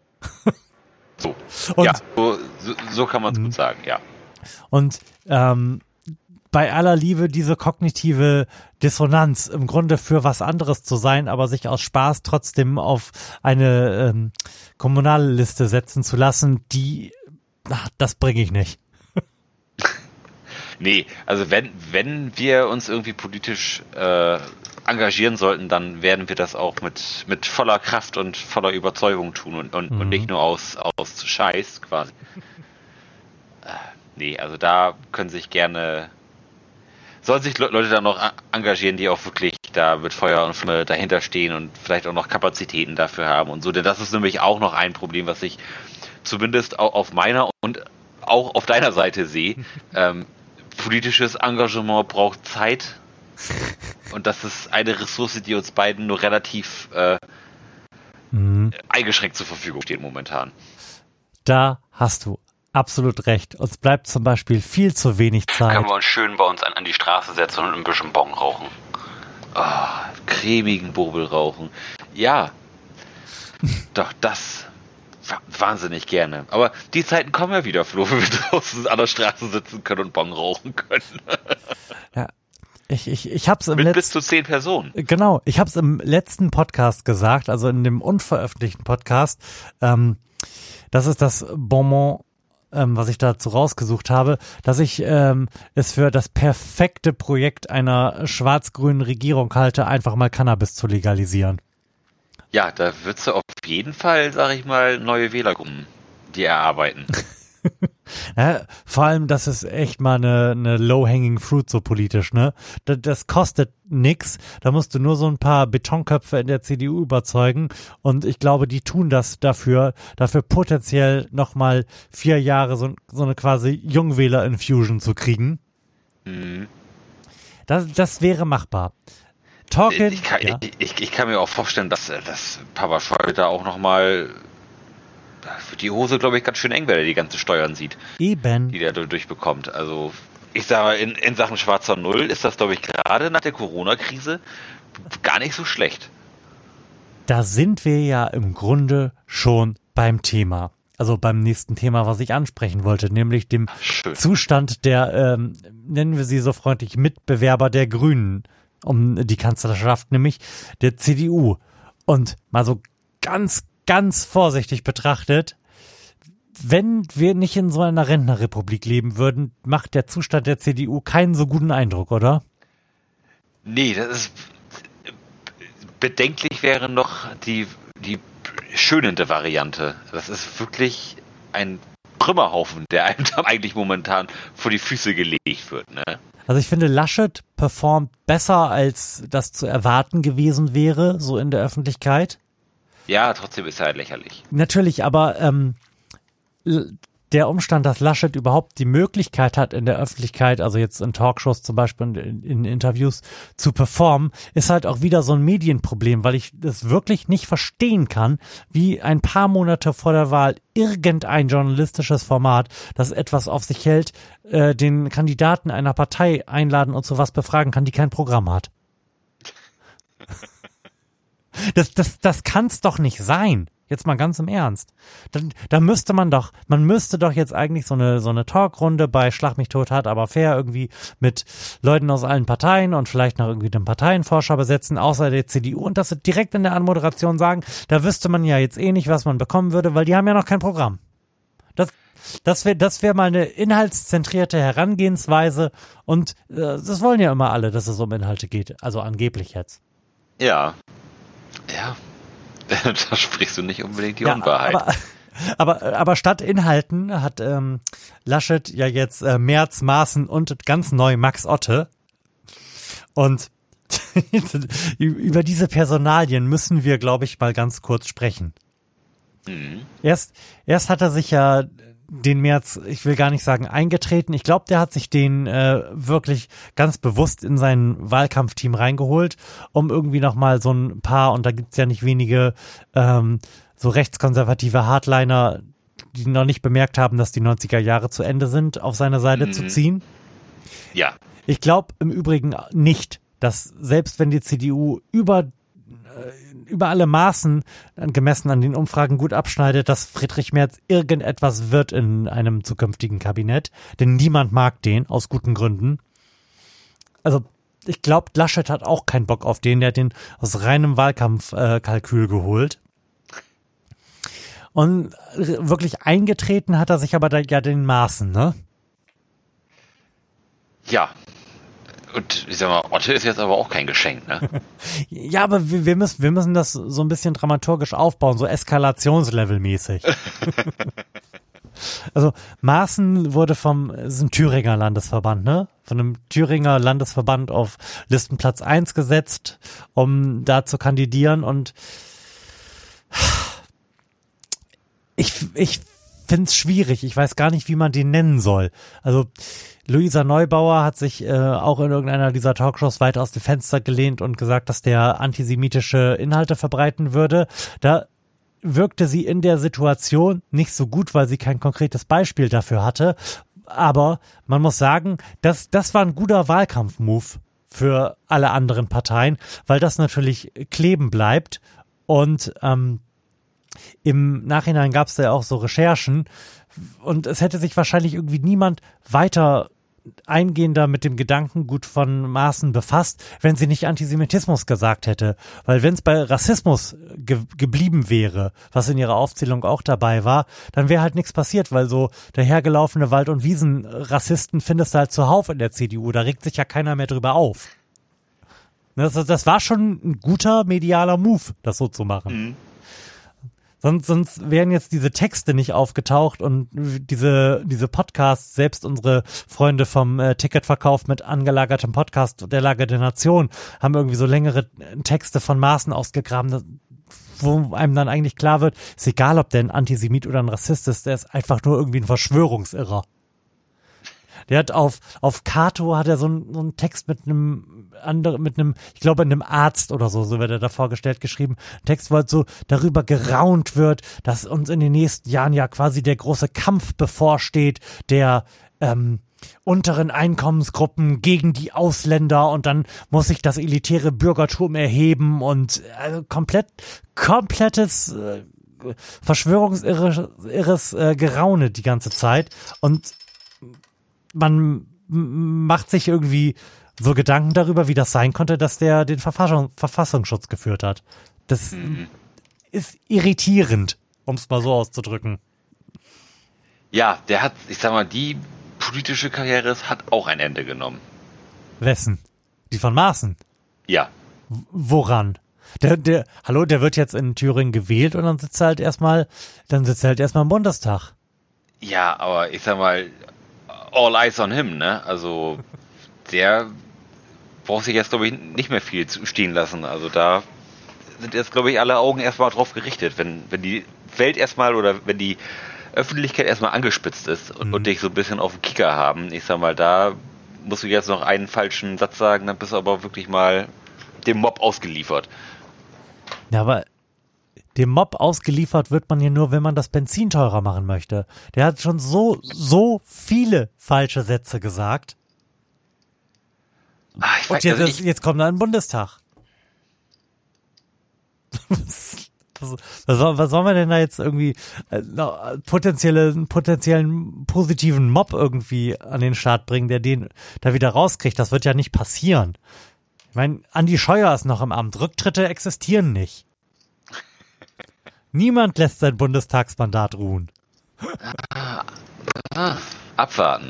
So kann man es gut sagen, ja. Und bei aller Liebe diese kognitive Dissonanz, im Grunde für was anderes zu sein, aber sich aus Spaß trotzdem auf eine Kommunalliste setzen zu lassen, das bringe ich nicht. Nee, also wenn wir uns irgendwie politisch engagieren sollten, dann werden wir das auch mit voller Kraft und voller Überzeugung tun und nicht nur aus Scheiß quasi. Nee, also da sollen sich Leute da noch engagieren, die auch wirklich da mit Feuer und Flamme dahinter stehen und vielleicht auch noch Kapazitäten dafür haben und so, denn das ist nämlich auch noch ein Problem, was ich zumindest auch auf meiner und auch auf deiner Seite sehe. Politisches Engagement braucht Zeit und das ist eine Ressource, die uns beiden nur relativ eingeschränkt zur Verfügung steht momentan. Da hast du absolut recht. Uns bleibt zum Beispiel viel zu wenig Zeit. Können wir uns schön bei uns an die Straße setzen und ein bisschen Bon rauchen. Cremigen Bobel rauchen. Ja, doch das... wahnsinnig gerne. Aber die Zeiten kommen ja wieder, Flo, wenn wir draußen an der Straße sitzen können und Bon rauchen können. Ja, ich hab's mit bis zu 10 Personen. Genau, ich hab's im letzten Podcast gesagt, also in dem unveröffentlichten Podcast. Das ist das Bonbon, was ich dazu rausgesucht habe, dass ich es für das perfekte Projekt einer schwarz-grünen Regierung halte, einfach mal Cannabis zu legalisieren. Ja, da würdest du auf jeden Fall, sag ich mal, neue Wählergruppen, die erarbeiten. Ja, vor allem, das ist echt mal eine low-hanging fruit so politisch, ne? Das kostet nix, da musst du nur so ein paar Betonköpfe in der CDU überzeugen und ich glaube, die tun das dafür potenziell nochmal 4 Jahre so eine quasi Jungwähler-Infusion zu kriegen. Das wäre machbar. Ich kann mir auch vorstellen, dass Papa Scholl da auch nochmal für die Hose, glaube ich, ganz schön eng, wenn er die ganzen Steuern sieht. Eben. Die der dadurch bekommt. Also ich sage, in Sachen schwarzer Null ist das, glaube ich, gerade nach der Corona-Krise gar nicht so schlecht. Da sind wir ja im Grunde schon beim Thema. Also beim nächsten Thema, was ich ansprechen wollte, nämlich dem Zustand der, nennen wir sie so freundlich, Mitbewerber der Grünen um die Kanzlerschaft, nämlich der CDU. Und mal so ganz, ganz vorsichtig betrachtet, wenn wir nicht in so einer Rentnerrepublik leben würden, macht der Zustand der CDU keinen so guten Eindruck, oder? Nee, das ist bedenklich wäre noch die schönende Variante. Das ist wirklich ein Trümmerhaufen, der einem da eigentlich momentan vor die Füße gelegt wird, ne? Also ich finde, Laschet performt besser, als das zu erwarten gewesen wäre, so in der Öffentlichkeit. Ja, trotzdem ist er halt lächerlich. Natürlich, aber der Umstand, dass Laschet überhaupt die Möglichkeit hat, in der Öffentlichkeit, also jetzt in Talkshows zum Beispiel und in Interviews zu performen, ist halt auch wieder so ein Medienproblem, weil ich das wirklich nicht verstehen kann, wie ein paar Monate vor der Wahl irgendein journalistisches Format, das etwas auf sich hält, den Kandidaten einer Partei einladen und sowas befragen kann, die kein Programm hat. Das kann's doch nicht sein. Jetzt mal ganz im Ernst. Da müsste man müsste doch jetzt eigentlich so eine Talkrunde bei Schlag mich tot hart, aber fair irgendwie mit Leuten aus allen Parteien und vielleicht noch irgendwie den Parteienforscher besetzen, außer der CDU, und das direkt in der Anmoderation sagen, da wüsste man ja jetzt eh nicht, was man bekommen würde, weil die haben ja noch kein Programm. Das wär mal eine inhaltszentrierte Herangehensweise, und das wollen ja immer alle, dass es um Inhalte geht, also angeblich jetzt. Ja. Da sprichst du nicht unbedingt die Unwahrheit. Aber statt Inhalten hat Laschet ja jetzt Merz, Maaßen und ganz neu Max Otte. Und über diese Personalien müssen wir, glaube ich, mal ganz kurz sprechen. Mhm. Erst hat er sich ja den Merz, ich will gar nicht sagen eingetreten, ich glaube, der hat sich den wirklich ganz bewusst in sein Wahlkampfteam reingeholt, um irgendwie nochmal so ein paar, und da gibt's ja nicht wenige so rechtskonservative Hardliner, die noch nicht bemerkt haben, dass die 90er Jahre zu Ende sind, auf seine Seite zu ziehen. Ja. Ich glaube im Übrigen nicht, dass selbst wenn die CDU über alle Maßen gemessen an den Umfragen gut abschneidet, dass Friedrich Merz irgendetwas wird in einem zukünftigen Kabinett. Denn niemand mag den, aus guten Gründen. Also ich glaube, Laschet hat auch keinen Bock auf den. Der hat den aus reinem Wahlkampfkalkül geholt. Und wirklich eingetreten hat er sich aber ja den Maaßen, ne? Ja. Und ich sag mal, Otte ist jetzt aber auch kein Geschenk, ne? Ja, aber wir müssen das so ein bisschen dramaturgisch aufbauen, so Eskalationslevel-mäßig. Also Maaßen wurde ist ein Thüringer Landesverband, ne? Von einem Thüringer Landesverband auf Listenplatz 1 gesetzt, um da zu kandidieren, und ich find's schwierig. Ich weiß gar nicht, wie man den nennen soll. Also Luisa Neubauer hat sich auch in irgendeiner dieser Talkshows weit aus dem Fenster gelehnt und gesagt, dass der antisemitische Inhalte verbreiten würde. Da wirkte sie in der Situation nicht so gut, weil sie kein konkretes Beispiel dafür hatte. Aber man muss sagen, das war ein guter Wahlkampfmove für alle anderen Parteien, weil das natürlich kleben bleibt. Und im Nachhinein gab es da ja auch so Recherchen, und es hätte sich wahrscheinlich irgendwie niemand weiter eingehender mit dem Gedankengut von Maaßen befasst, wenn sie nicht Antisemitismus gesagt hätte. Weil wenn es bei Rassismus geblieben wäre, was in ihrer Aufzählung auch dabei war, dann wäre halt nichts passiert, weil so dahergelaufene Wald- und Wiesenrassisten findest du halt zuhauf in der CDU, da regt sich ja keiner mehr drüber auf. Das war schon ein guter medialer Move, das so zu machen. Mhm. Sonst wären jetzt diese Texte nicht aufgetaucht und diese Podcasts, selbst unsere Freunde vom Ticketverkauf mit angelagertem Podcast der Lage der Nation haben irgendwie so längere Texte von Maaßen ausgegraben, wo einem dann eigentlich klar wird, ist egal, ob der ein Antisemit oder ein Rassist ist, der ist einfach nur irgendwie ein Verschwörungsirrer. Der hat auf Cato hat er so einen Text mit einem, ich glaube, einem Arzt oder so wird er da vorgestellt, geschrieben. Ein Text, wo halt so darüber geraunt wird, dass uns in den nächsten Jahren ja quasi der große Kampf bevorsteht, der unteren Einkommensgruppen gegen die Ausländer, und dann muss sich das elitäre Bürgertum erheben, und komplettes verschwörungsirres Geraune die ganze Zeit, und man macht sich irgendwie so Gedanken darüber, wie das sein konnte, dass der den Verfassungsschutz geführt hat. Das ist irritierend, um es mal so auszudrücken. Ja, der hat, ich sag mal, die politische Karriere hat auch ein Ende genommen. Wessen? Die von Maaßen? Ja. Woran? Der wird jetzt in Thüringen gewählt, und dann sitzt er halt erstmal im Bundestag. Ja, aber ich sag mal, all eyes on him, ne? Also der braucht sich jetzt, glaube ich, nicht mehr viel stehen lassen. Also da sind jetzt, glaube ich, alle Augen erstmal drauf gerichtet. Wenn die Welt erstmal oder wenn die Öffentlichkeit erstmal angespitzt ist und dich so ein bisschen auf den Kicker haben, ich sag mal, da musst du jetzt noch einen falschen Satz sagen, dann bist du aber wirklich mal dem Mob ausgeliefert. Ja, aber dem Mob ausgeliefert wird man ja nur, wenn man das Benzin teurer machen möchte. Der hat schon so viele falsche Sätze gesagt. Und jetzt kommt er in den Bundestag. Was Was sollen wir denn da jetzt irgendwie potenziellen positiven Mob irgendwie an den Start bringen, der den da wieder rauskriegt? Das wird ja nicht passieren. Ich meine, Andi Scheuer ist noch im Amt. Rücktritte existieren nicht. Niemand lässt sein Bundestagsmandat ruhen. Abwarten.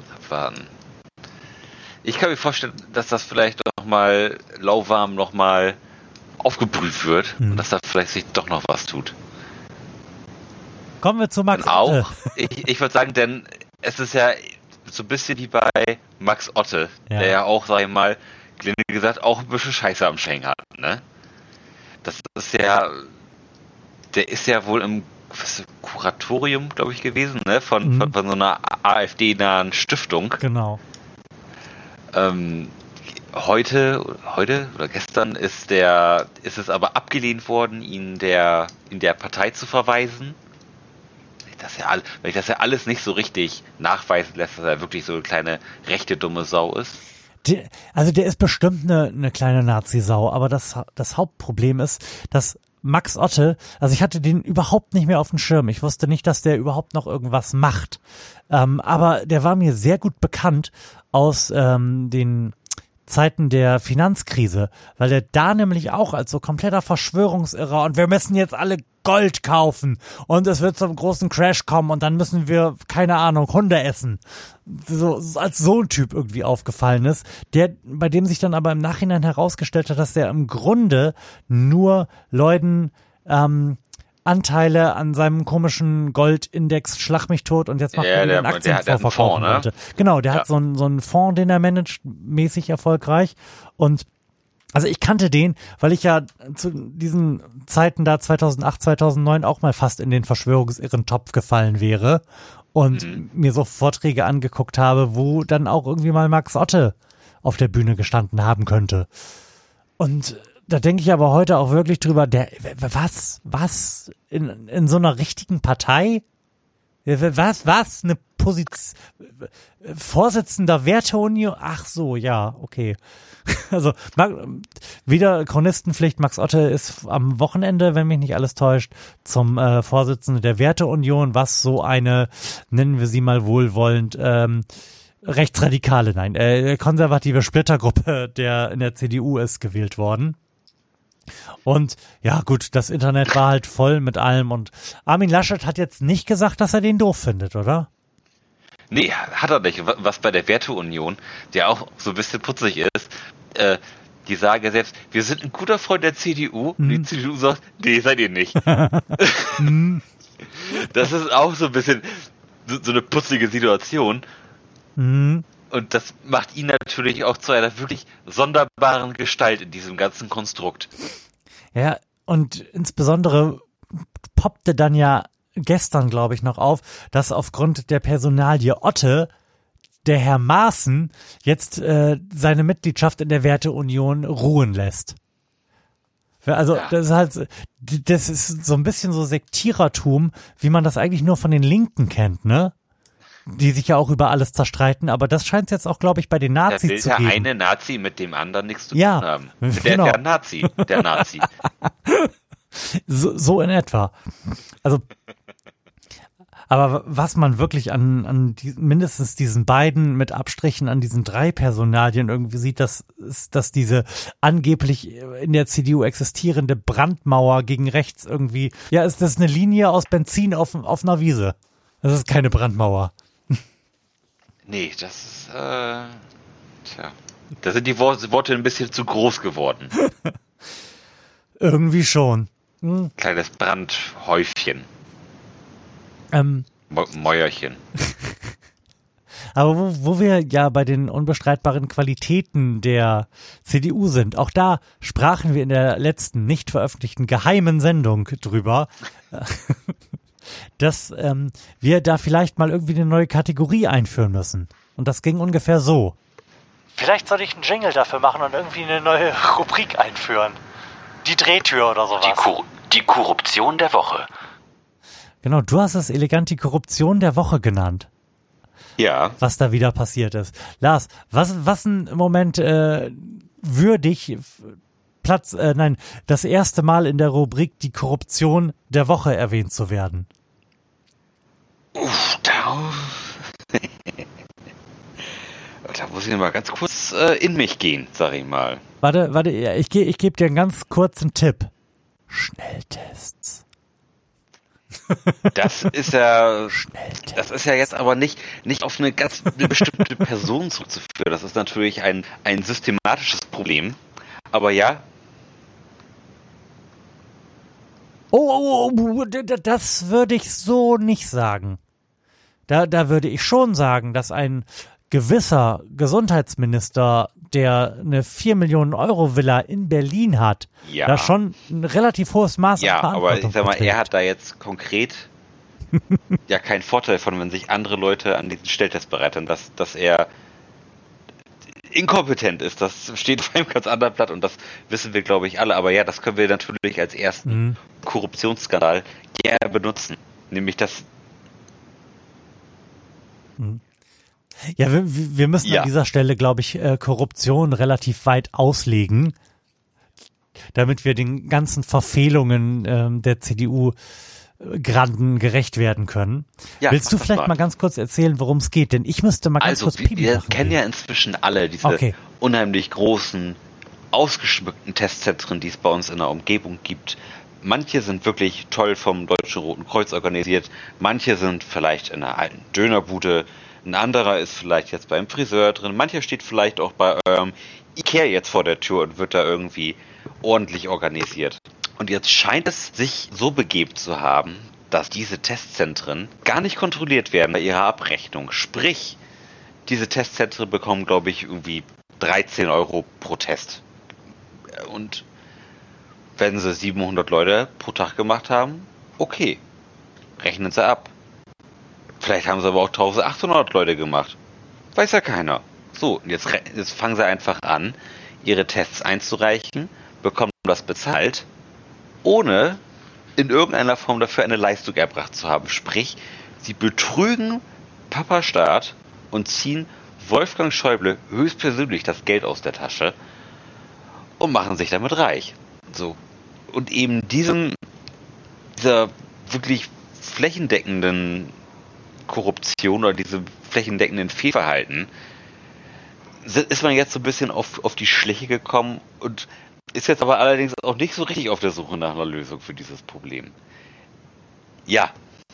Ich kann mir vorstellen, dass das vielleicht nochmal lauwarm nochmal aufgebrüht wird und dass da vielleicht sich doch noch was tut. Kommen wir zu Max Otte. Ich würde sagen, denn es ist ja so ein bisschen wie bei Max Otte, der ja auch, sag ich mal, gelinde gesagt, auch ein bisschen Scheiße am Schenken hat, ne? Das ist ja, der ist ja wohl im Kuratorium, glaube ich, gewesen, ne? Von so einer AfD-nahen Stiftung. Genau. Heute oder gestern ist es aber abgelehnt worden, ihn in der Partei zu verweisen. Wenn ich das ja alles nicht so richtig nachweisen lässt, dass er wirklich so eine kleine rechte dumme Sau ist. Der ist bestimmt eine kleine Nazi-Sau, aber das Hauptproblem ist, dass Max Otte, also ich hatte den überhaupt nicht mehr auf dem Schirm. Ich wusste nicht, dass der überhaupt noch irgendwas macht. Aber der war mir sehr gut bekannt aus den Zeiten der Finanzkrise, weil er da nämlich auch als so kompletter Verschwörungsirrer und wir müssen jetzt alle Gold kaufen und es wird zum großen Crash kommen und dann müssen wir, keine Ahnung, Hunde essen. So als so ein Typ irgendwie aufgefallen ist, bei dem sich dann aber im Nachhinein herausgestellt hat, dass der im Grunde nur Leuten Anteile an seinem komischen Goldindex Schlag mich tot und jetzt macht er wieder einen Aktienfonds verkaufen wollte. Genau, der hat so einen Fonds, den er managt, mäßig erfolgreich. Und also ich kannte den, weil ich ja zu diesen Zeiten da 2008, 2009 auch mal fast in den Verschwörungsirren-Topf gefallen wäre und mir so Vorträge angeguckt habe, wo dann auch irgendwie mal Max Otte auf der Bühne gestanden haben könnte. Und da denke ich aber heute auch wirklich drüber, was in so einer richtigen Partei? Was? Eine Position, Vorsitzender Werteunion? Ach so, ja, okay. Also, wieder Chronistenpflicht, Max Otte ist am Wochenende, wenn mich nicht alles täuscht, zum Vorsitzenden der Werteunion, was so eine, nennen wir sie mal wohlwollend, rechtsradikale, konservative Splittergruppe in der CDU ist gewählt worden. Und ja gut, das Internet war halt voll mit allem und Armin Laschet hat jetzt nicht gesagt, dass er den doof findet, oder? Nee, hat er nicht. Was bei der Werteunion, der auch so ein bisschen putzig ist, die sagen selbst, wir sind ein guter Freund der CDU und die CDU sagt, nee, seid ihr nicht. Das ist auch so ein bisschen so eine putzige Situation. Und das macht ihn natürlich auch zu einer wirklich sonderbaren Gestalt in diesem ganzen Konstrukt. Ja, und insbesondere poppte dann ja gestern, glaube ich, noch auf, dass aufgrund der Personalie Otte der Herr Maaßen jetzt seine Mitgliedschaft in der Werteunion ruhen lässt. Also das ist so ein bisschen so Sektierertum, wie man das eigentlich nur von den Linken kennt, ne? Die sich ja auch über alles zerstreiten, aber das scheint es jetzt auch, glaube ich, bei den Nazis zu geben. Der eine Nazi mit dem anderen nichts zu tun haben. Der Nazi. So in etwa. Also, aber was man wirklich an mindestens diesen beiden mit Abstrichen an diesen 3 Personalien irgendwie sieht, das ist, dass diese angeblich in der CDU existierende Brandmauer gegen rechts irgendwie, ja, ist das eine Linie aus Benzin auf einer Wiese. Das ist keine Brandmauer. Nee, das ist, da sind die Worte ein bisschen zu groß geworden. Irgendwie schon. Kleines Brandhäufchen. Mäuerchen. Aber wo wir ja bei den unbestreitbaren Qualitäten der CDU sind, auch da sprachen wir in der letzten nicht veröffentlichten geheimen Sendung drüber, dass wir da vielleicht mal irgendwie eine neue Kategorie einführen müssen. Und das ging ungefähr so. Vielleicht sollte ich einen Jingle dafür machen und irgendwie eine neue Rubrik einführen. Die Drehtür oder sowas. Die Korruption der Woche. Genau, du hast es elegant die Korruption der Woche genannt. Ja. Was da wieder passiert ist. Lars, was im Moment würdig das erste Mal in der Rubrik die Korruption der Woche erwähnt zu werden. Da muss ich mal ganz kurz in mich gehen, sag ich mal. Warte, ich gebe dir einen ganz kurzen Tipp. Schnelltests. Das ist ja jetzt aber nicht auf eine bestimmte Person zurückzuführen. Das ist natürlich ein systematisches Problem. Aber ja. Oh, das würde ich so nicht sagen. Da würde ich schon sagen, dass ein gewisser Gesundheitsminister, der eine 4 Millionen Euro Villa in Berlin hat, da schon ein relativ hohes Maß an Verantwortung aber ich sag mal, verträgt. er hat da jetzt konkret ja keinen Vorteil von, wenn sich andere Leute an diesen Schnelltest bereiten, dass er inkompetent ist. Das steht auf einem ganz anderen Blatt und das wissen wir, glaube ich, alle. Aber ja, das können wir natürlich als ersten Korruptionsskandal gerne benutzen. Nämlich das. Ja, wir müssen an dieser Stelle, glaube ich, Korruption relativ weit auslegen, damit wir den ganzen Verfehlungen der CDU-Granden gerecht werden können. Ja, willst du vielleicht mal ganz kurz erzählen, worum es geht? Denn ich müsste mal ganz kurz Pipi machen. Wir kennen ja inzwischen alle diese unheimlich großen, ausgeschmückten Testzentren, die es bei uns in der Umgebung gibt. Manche sind wirklich toll vom Deutschen Roten Kreuz organisiert, manche sind vielleicht in einer alten Dönerbude, ein anderer ist vielleicht jetzt beim Friseur drin, mancher steht vielleicht auch bei eurem Ikea jetzt vor der Tür und wird da irgendwie ordentlich organisiert. Und jetzt scheint es sich so begebt zu haben, dass diese Testzentren gar nicht kontrolliert werden bei ihrer Abrechnung. Sprich, diese Testzentren bekommen, glaube ich, irgendwie 13 Euro pro Test. Und wenn sie 700 Leute pro Tag gemacht haben, okay, rechnen sie ab. Vielleicht haben sie aber auch 1800 Leute gemacht. Weiß ja keiner. So, jetzt fangen sie einfach an, ihre Tests einzureichen, bekommen das bezahlt, ohne in irgendeiner Form dafür eine Leistung erbracht zu haben. Sprich, sie betrügen Papa Staat und ziehen Wolfgang Schäuble höchstpersönlich das Geld aus der Tasche und machen sich damit reich. So. Und eben dieser wirklich flächendeckenden Korruption oder diesem flächendeckenden Fehlverhalten ist man jetzt so ein bisschen auf die Schliche gekommen und ist jetzt aber allerdings auch nicht so richtig auf der Suche nach einer Lösung für dieses Problem. Ja.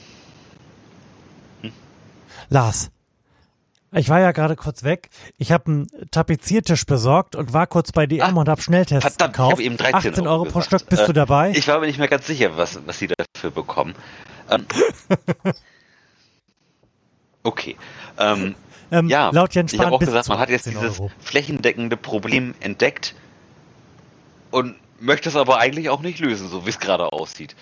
Lars, ich war ja gerade kurz weg. Ich habe einen Tapeziertisch besorgt und war kurz bei DM und habe Schnelltests gekauft. Ich habe eben 18 Euro pro Stück. Bist du dabei? Ich war mir nicht mehr ganz sicher, was sie dafür bekommen. Okay. laut Jens Spahn ich habe auch bis gesagt, man hat jetzt dieses flächendeckende Problem entdeckt und möchte es aber eigentlich auch nicht lösen, so wie es gerade aussieht.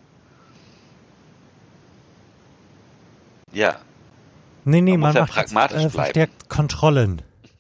Ja. Nee, man ja macht pragmatisch jetzt, verstärkt Kontrollen.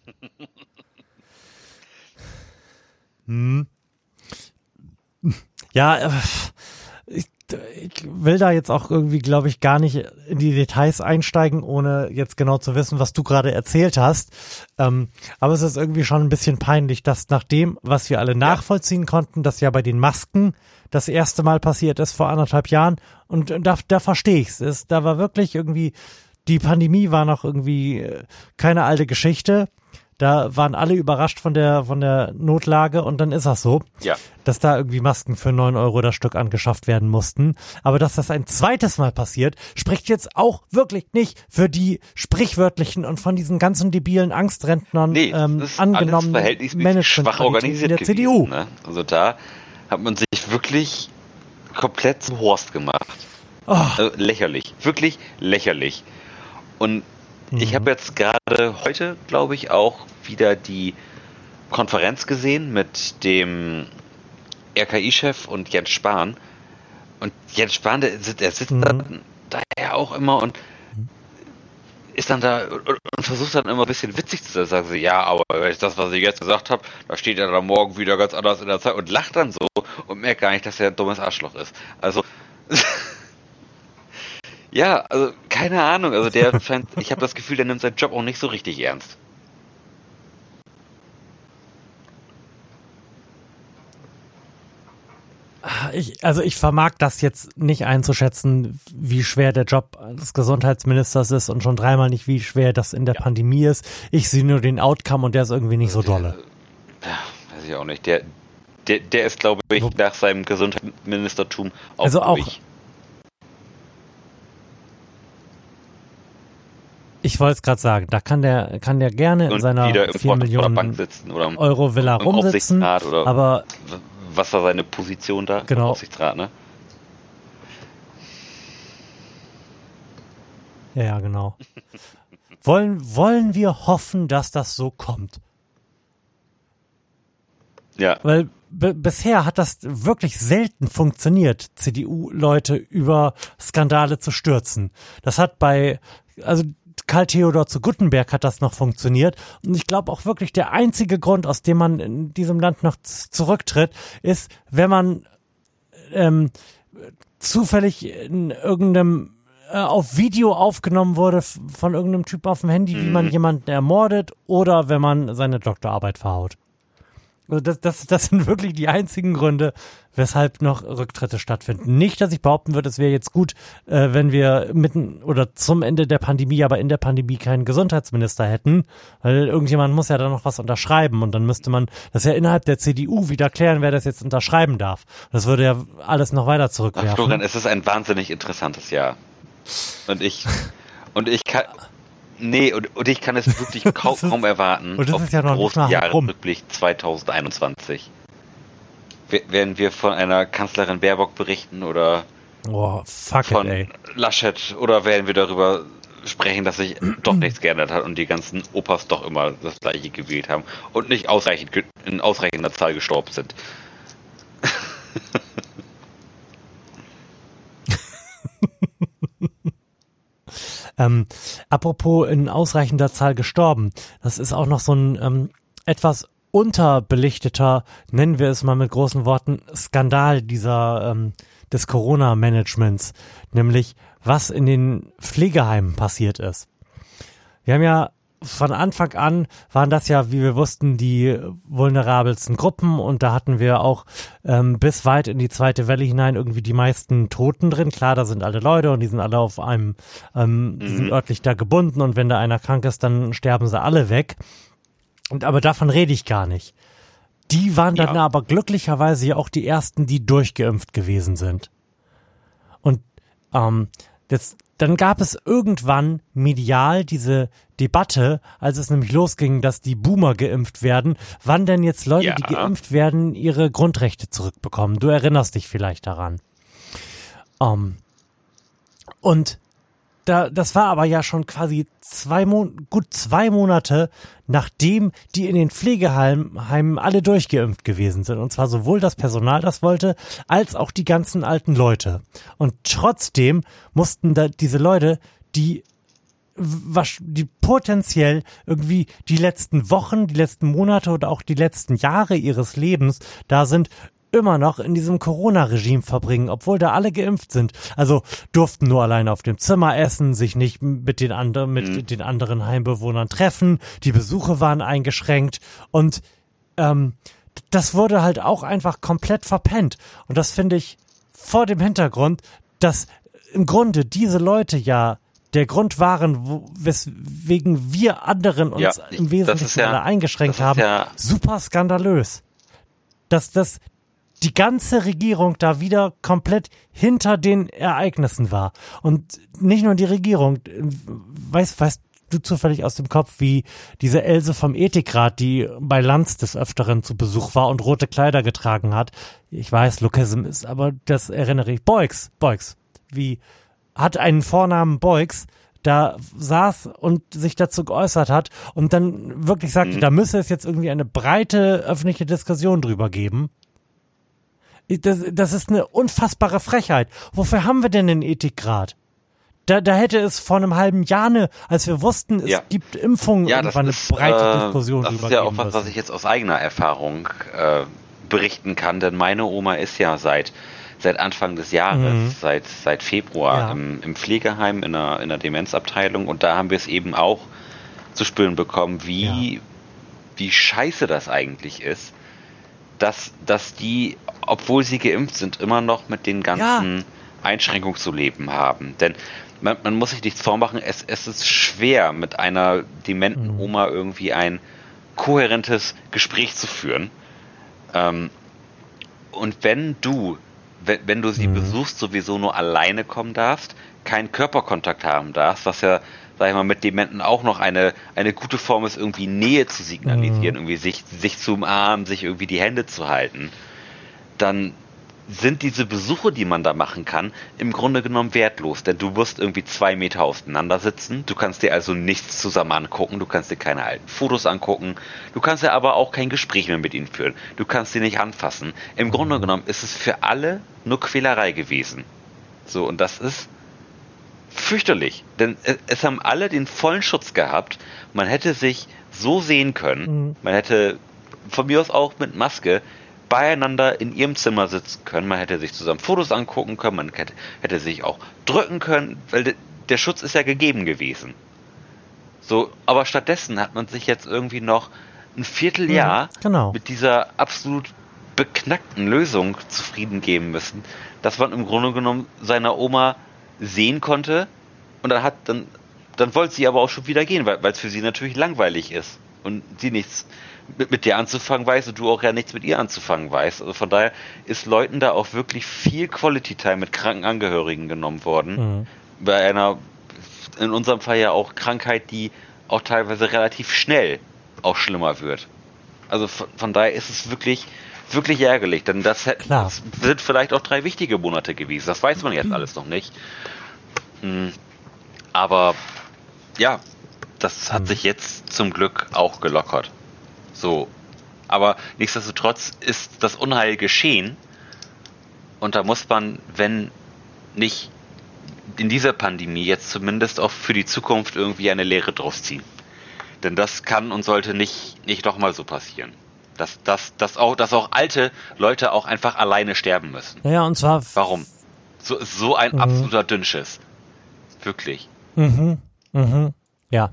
Ja, ich will da jetzt auch irgendwie, glaube ich, gar nicht in die Details einsteigen, ohne jetzt genau zu wissen, was du gerade erzählt hast. Aber es ist irgendwie schon ein bisschen peinlich, dass nach dem, was wir alle nachvollziehen konnten, das ja bei den Masken das erste Mal passiert ist vor 1,5 Jahren. Und da verstehe ich es. Da war wirklich irgendwie, die Pandemie war noch irgendwie keine alte Geschichte. Da waren alle überrascht von der Notlage und dann ist das so, dass da irgendwie Masken für 9 Euro das Stück angeschafft werden mussten. Aber dass das ein zweites Mal passiert, spricht jetzt auch wirklich nicht für die sprichwörtlichen und von diesen ganzen debilen Angstrentnern angenommenen schwach organisiert der gewesen, CDU. Ne? Also da hat man sich wirklich komplett zum Horst gemacht. Also lächerlich, wirklich lächerlich. Und ich habe jetzt gerade heute, glaube ich, auch wieder die Konferenz gesehen mit dem RKI-Chef und Jens Spahn. Und Jens Spahn, der sitzt dann da ja auch immer und ist dann da und versucht dann immer ein bisschen witzig zu sein. Sagen sie, ja, aber das, was ich jetzt gesagt habe, da steht ja dann morgen wieder ganz anders in der Zeit und lacht dann so und merkt gar nicht, dass er ein dummes Arschloch ist. Also ja, also keine Ahnung, also der scheint, ich habe das Gefühl, der nimmt seinen Job auch nicht so richtig ernst. ich vermag das jetzt nicht einzuschätzen, wie schwer der Job des Gesundheitsministers ist und schon dreimal nicht, wie schwer das in der Pandemie ist. Ich sehe nur den Outcome und der ist irgendwie nicht so dolle. Weiß ich auch nicht. Der ist, glaube ich, nach seinem Gesundheitsministertum auch also auch durch. Ich wollte es gerade sagen, da kann der gerne in seiner 4 Millionen Bank sitzen oder Euro Villa rumsitzen, oder aber was war seine Position da? Genau. Aufsichtsrat, ne? Ja, genau. Wollen wir hoffen, dass das so kommt? Ja. Weil bisher hat das wirklich selten funktioniert, CDU-Leute über Skandale zu stürzen. Das hat Karl Theodor zu Guttenberg hat das noch funktioniert. Und ich glaube auch wirklich, der einzige Grund, aus dem man in diesem Land noch zurücktritt, ist, wenn man zufällig in irgendeinem auf Video aufgenommen wurde von irgendeinem Typ auf dem Handy, wie man jemanden ermordet oder wenn man seine Doktorarbeit verhaut. Also das sind wirklich die einzigen Gründe, weshalb noch Rücktritte stattfinden. Nicht, dass ich behaupten würde, es wäre jetzt gut, wenn wir mitten oder zum Ende der Pandemie, aber in der Pandemie keinen Gesundheitsminister hätten, weil irgendjemand muss ja da noch was unterschreiben und dann müsste man das ja innerhalb der CDU wieder klären, wer das jetzt unterschreiben darf. Das würde ja alles noch weiter zurückwerfen. Ach, Florian, es ist ein wahnsinnig interessantes Jahr. Und ich kann... Nee, und ich kann es wirklich kaum erwarten und das ist ja noch nicht mal Jahresrückblick 2021. Werden wir von einer Kanzlerin Baerbock berichten oder von Laschet oder werden wir darüber sprechen, dass sich doch nichts geändert hat und die ganzen Opas doch immer das Gleiche gewählt haben und nicht in ausreichender Zahl gestorben sind. Apropos in ausreichender Zahl gestorben, das ist auch noch so ein etwas unterbelichteter, nennen wir es mal mit großen Worten, Skandal des Corona-Managements, nämlich was in den Pflegeheimen passiert ist. Wir haben ja von Anfang an waren das ja, wie wir wussten, die vulnerabelsten Gruppen und da hatten wir auch bis weit in die zweite Welle hinein irgendwie die meisten Toten drin. Klar, da sind alle Leute und die sind alle auf einem, die sind örtlich da gebunden und wenn da einer krank ist, dann sterben sie alle weg. Aber davon rede ich gar nicht. Die waren dann aber glücklicherweise ja auch die ersten, die durchgeimpft gewesen sind. Und dann gab es irgendwann medial diese Debatte, als es nämlich losging, dass die Boomer geimpft werden, wann denn jetzt Leute, die geimpft werden, ihre Grundrechte zurückbekommen. Du erinnerst dich vielleicht daran. Und das war aber ja schon quasi gut 2 Monate, nachdem die in den Pflegeheimen alle durchgeimpft gewesen sind. Und zwar sowohl das Personal das wollte, als auch die ganzen alten Leute. Und trotzdem mussten da diese Leute, die potenziell irgendwie die letzten Wochen, die letzten Monate oder auch die letzten Jahre ihres Lebens da sind, immer noch in diesem Corona-Regime verbringen, obwohl da alle geimpft sind. Also durften nur alleine auf dem Zimmer essen, sich nicht mit den anderen Heimbewohnern treffen, die Besuche waren eingeschränkt und das wurde halt auch einfach komplett verpennt. Und das finde ich vor dem Hintergrund, dass im Grunde diese Leute ja der Grund waren, weswegen wir anderen uns im Wesentlichen alle eingeschränkt haben, super skandalös. Dass die ganze Regierung da wieder komplett hinter den Ereignissen war. Und nicht nur die Regierung, weißt du zufällig aus dem Kopf, wie diese Else vom Ethikrat, die bei Lanz des Öfteren zu Besuch war und rote Kleider getragen hat. Ich weiß, Lokism ist, aber das erinnere ich. Beuys, wie hat einen Vornamen Beuys, da saß und sich dazu geäußert hat und dann wirklich sagte, da müsse es jetzt irgendwie eine breite öffentliche Diskussion drüber geben. Das ist eine unfassbare Frechheit. Wofür haben wir denn den Ethikrat? Da hätte es vor einem halben Jahr, als wir wussten, es gibt Impfungen, irgendwann eine breite Diskussion drüber geben. Das ist ja auch was ich jetzt aus eigener Erfahrung berichten kann, denn meine Oma ist ja seit Anfang des Jahres, seit Februar im Pflegeheim in einer Demenzabteilung und da haben wir es eben auch zu spüren bekommen, wie scheiße das eigentlich ist, dass die, obwohl sie geimpft sind, immer noch mit den ganzen Einschränkungen zu leben haben. Denn man muss sich nichts vormachen, es ist schwer, mit einer dementen Oma irgendwie ein kohärentes Gespräch zu führen. Und wenn du sie besuchst, sowieso nur alleine kommen darfst, keinen Körperkontakt haben darfst, was ja, sag ich mal, mit Dementen auch noch eine gute Form ist, irgendwie Nähe zu signalisieren, irgendwie sich zu umarmen, sich irgendwie die Hände zu halten, dann sind diese Besuche, die man da machen kann, im Grunde genommen wertlos, denn du wirst irgendwie 2 Meter auseinander sitzen, du kannst dir also nichts zusammen angucken, du kannst dir keine alten Fotos angucken, du kannst ja aber auch kein Gespräch mehr mit ihnen führen, du kannst sie nicht anfassen. Im Grunde genommen ist es für alle nur Quälerei gewesen. So, und das ist fürchterlich, denn es haben alle den vollen Schutz gehabt, man hätte sich so sehen können, man hätte von mir aus auch mit Maske beieinander in ihrem Zimmer sitzen können, man hätte sich zusammen Fotos angucken können, man hätte sich auch drücken können, weil der Schutz ist ja gegeben gewesen. So, aber stattdessen hat man sich jetzt irgendwie noch ein Vierteljahr mit dieser absolut beknackten Lösung zufrieden geben müssen, dass man im Grunde genommen seiner Oma sehen konnte und dann wollte sie aber auch schon wieder gehen, weil es für sie natürlich langweilig ist und sie nichts mit dir anzufangen weiß und du auch ja nichts mit ihr anzufangen weißt. Also von daher ist Leuten da auch wirklich viel Quality Time mit kranken Angehörigen genommen worden. Bei einer, in unserem Fall ja auch Krankheit, die auch teilweise relativ schnell auch schlimmer wird. Also von daher ist es wirklich, wirklich ärgerlich, denn das sind vielleicht auch 3 wichtige Monate gewesen. Das weiß man jetzt alles noch nicht. Aber ja, das hat sich jetzt zum Glück auch gelockert. So, aber nichtsdestotrotz ist das Unheil geschehen und da muss man, wenn nicht in dieser Pandemie, jetzt zumindest auch für die Zukunft irgendwie eine Lehre draus ziehen. Denn das kann und sollte nicht nochmal so passieren. Dass auch alte Leute auch einfach alleine sterben müssen. Ja, und zwar... Warum? So ein absoluter Dünnschiss. Wirklich. Ja.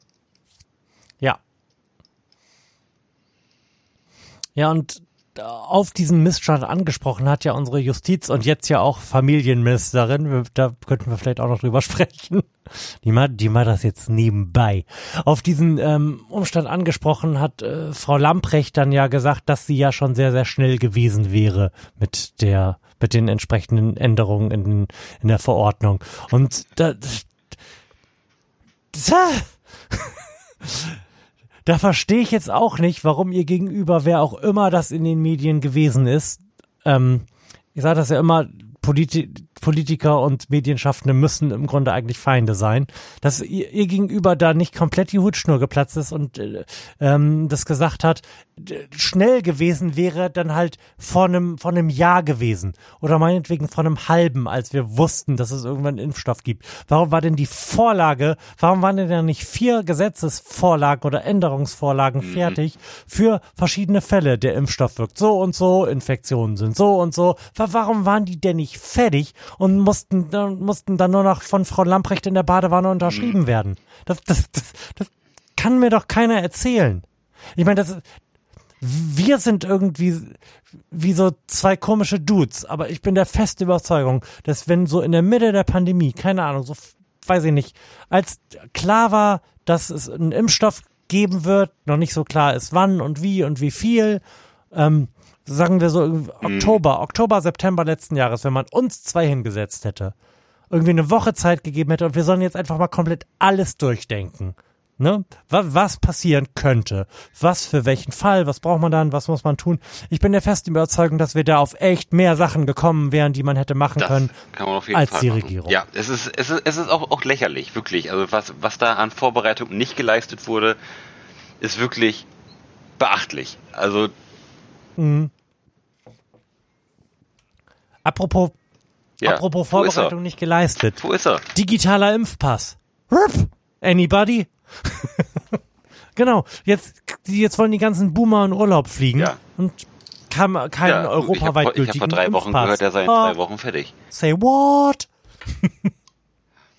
Ja, und auf diesen Missstand angesprochen hat ja unsere Justiz und jetzt ja auch Familienministerin, da könnten wir vielleicht auch noch drüber sprechen, die macht das jetzt nebenbei. Auf diesen Umstand angesprochen hat Frau Lamprecht dann ja gesagt, dass sie ja schon sehr, sehr schnell gewesen wäre mit den entsprechenden Änderungen in der Verordnung. Und da verstehe ich jetzt auch nicht, warum ihr gegenüber, wer auch immer das in den Medien gewesen ist, ich sage das ja immer, Politiker und Medienschaffende müssen im Grunde eigentlich Feinde sein, dass ihr gegenüber da nicht komplett die Hutschnur geplatzt ist und das gesagt hat, schnell gewesen wäre dann halt vor einem Jahr gewesen oder meinetwegen vor einem halben, als wir wussten, dass es irgendwann einen Impfstoff gibt. Warum waren denn da nicht 4 Gesetzesvorlagen oder Änderungsvorlagen fertig für verschiedene Fälle? Der Impfstoff wirkt so und so, Infektionen sind so und so. Warum waren die denn nicht fertig und mussten dann nur noch von Frau Lamprecht in der Badewanne unterschrieben werden? Das kann mir doch keiner erzählen. Ich meine, wir sind irgendwie wie so 2 komische Dudes, aber ich bin der festen Überzeugung, dass wenn so in der Mitte der Pandemie, keine Ahnung, so weiß ich nicht, als klar war, dass es einen Impfstoff geben wird, noch nicht so klar ist, wann und wie viel, sagen wir so Oktober, September letzten Jahres, wenn man uns 2 hingesetzt hätte, irgendwie eine Woche Zeit gegeben hätte und wir sollen jetzt einfach mal komplett alles durchdenken. Ne? Was passieren könnte, was für welchen Fall, was braucht man dann, was muss man tun. Ich bin der festen Überzeugung, dass wir da auf echt mehr Sachen gekommen wären, die man hätte machen können, kann man auf jeden als Fall die machen. Regierung. Ja, es ist auch lächerlich, wirklich. Also was da an Vorbereitung nicht geleistet wurde, ist wirklich beachtlich. Also Apropos Vorbereitung nicht geleistet. Wo ist er? Digitaler Impfpass. Anybody? Genau, jetzt wollen die ganzen Boomer in Urlaub fliegen und haben keinen europaweit gültigen Ich habe vor 3 Wochen Impfpass. gehört, der sei in 2 Wochen fertig. Say what?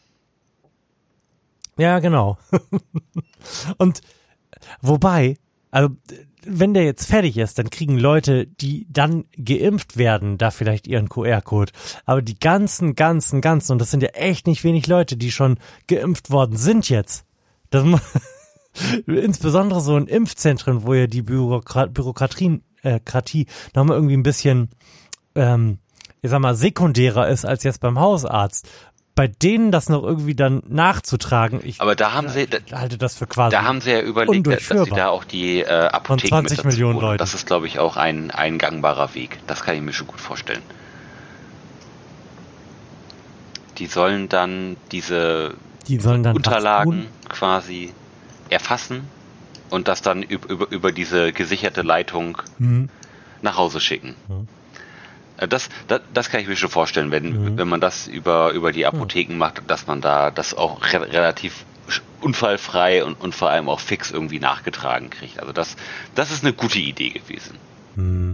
Ja, genau. Und wobei, Also wenn der jetzt fertig ist, dann kriegen Leute, die dann geimpft werden, da vielleicht ihren QR-Code. Aber die ganzen, und das sind ja echt nicht wenig Leute, die schon geimpft worden sind jetzt. Das insbesondere so in Impfzentren, wo ja die Bürokratie nochmal irgendwie ein bisschen, ich sag mal, sekundärer ist als jetzt beim Hausarzt. Bei denen das noch irgendwie dann nachzutragen, aber da haben sie, halte das für quasi da haben sie ja überlegt, dass sie da auch die Apotheken 20 mit dazu Millionen holen. Leute. Das ist, glaube ich, auch ein gangbarer Weg. Das kann ich mir schon gut vorstellen. Die sollen dann diese Unterlagen quasi erfassen und das dann über diese gesicherte Leitung nach Hause schicken. Das kann ich mir schon vorstellen, wenn man das über die Apotheken macht, dass man da das auch relativ unfallfrei und vor allem auch fix irgendwie nachgetragen kriegt. Also das ist eine gute Idee gewesen.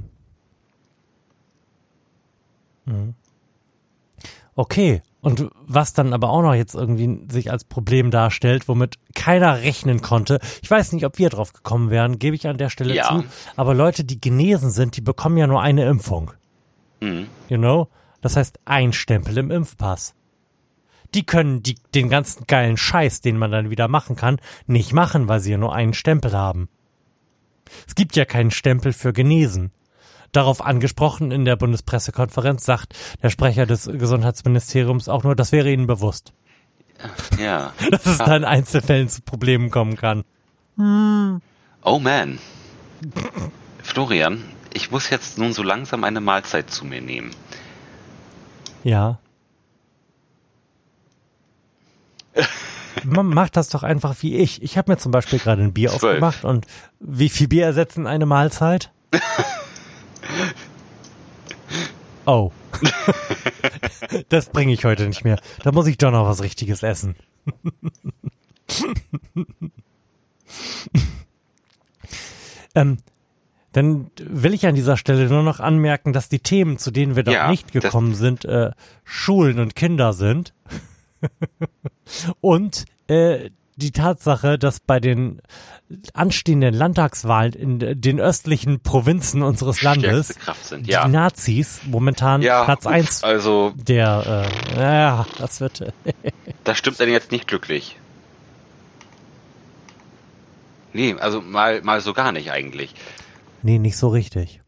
Okay. Und was dann aber auch noch jetzt irgendwie sich als Problem darstellt, womit keiner rechnen konnte, ich weiß nicht, ob wir drauf gekommen wären, gebe ich an der Stelle zu, aber Leute, die genesen sind, die bekommen ja nur eine Impfung. You know? Das heißt, ein Stempel im Impfpass. Die können den ganzen geilen Scheiß, den man dann wieder machen kann, nicht machen, weil sie ja nur einen Stempel haben. Es gibt ja keinen Stempel für genesen. Darauf angesprochen in der Bundespressekonferenz sagt der Sprecher des Gesundheitsministeriums auch nur, das wäre ihnen bewusst. Ja. Dass es da in Einzelfällen zu Problemen kommen kann. Oh man. Florian, ich muss jetzt nun so langsam eine Mahlzeit zu mir nehmen. Ja. Man macht das doch einfach wie ich. Ich habe mir zum Beispiel gerade ein Bier 12. aufgemacht und wie viel Bier ersetzen eine Mahlzeit? Oh. Das bringe ich heute nicht mehr. Da muss ich doch noch was Richtiges essen. Dann will ich an dieser Stelle nur noch anmerken, dass die Themen, zu denen wir da nicht gekommen sind, Schulen und Kinder sind. Und die Tatsache, dass bei den anstehenden Landtagswahlen in den östlichen Provinzen unseres Landes sind, die Nazis momentan Platz 1 also das wird das stimmt denn jetzt nicht glücklich. Nee, also mal so gar nicht eigentlich. Nee, nicht so richtig.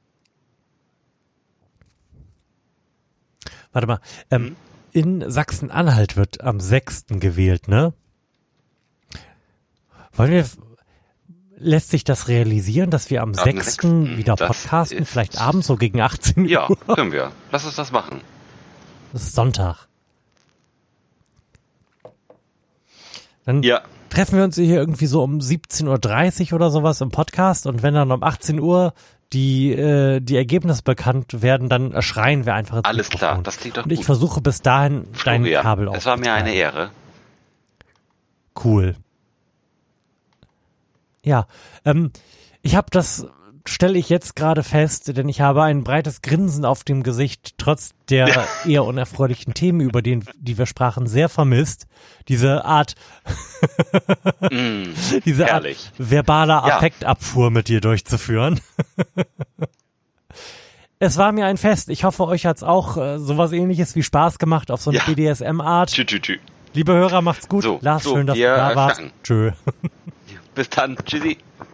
Warte mal, in Sachsen-Anhalt wird am 6. gewählt, ne? Lässt sich das realisieren, dass wir am 6. wieder podcasten, vielleicht abends so gegen 18 Uhr? Ja, können wir. Lass uns das machen. Das ist Sonntag. Dann treffen wir uns hier irgendwie so um 17.30 Uhr oder sowas im Podcast und wenn dann um 18 Uhr die Ergebnisse bekannt werden, dann schreien wir einfach ins Alles Mikrofon. klar, das klingt doch gut. Und ich versuche bis dahin dein Kabel aufzutreiben. Es war mir eine Ehre. Cool. Ja, stelle ich jetzt gerade fest, denn ich habe ein breites Grinsen auf dem Gesicht, trotz der eher unerfreulichen Themen, über die wir sprachen, sehr vermisst. Diese Art verbaler Affektabfuhr mit dir durchzuführen. Es war mir ein Fest. Ich hoffe, euch hat's auch sowas Ähnliches wie Spaß gemacht auf so eine BDSM-Art. Liebe Hörer, macht's gut. So, Lars, schön, dass du da warst. Tschö. Bis dann. Tschüssi.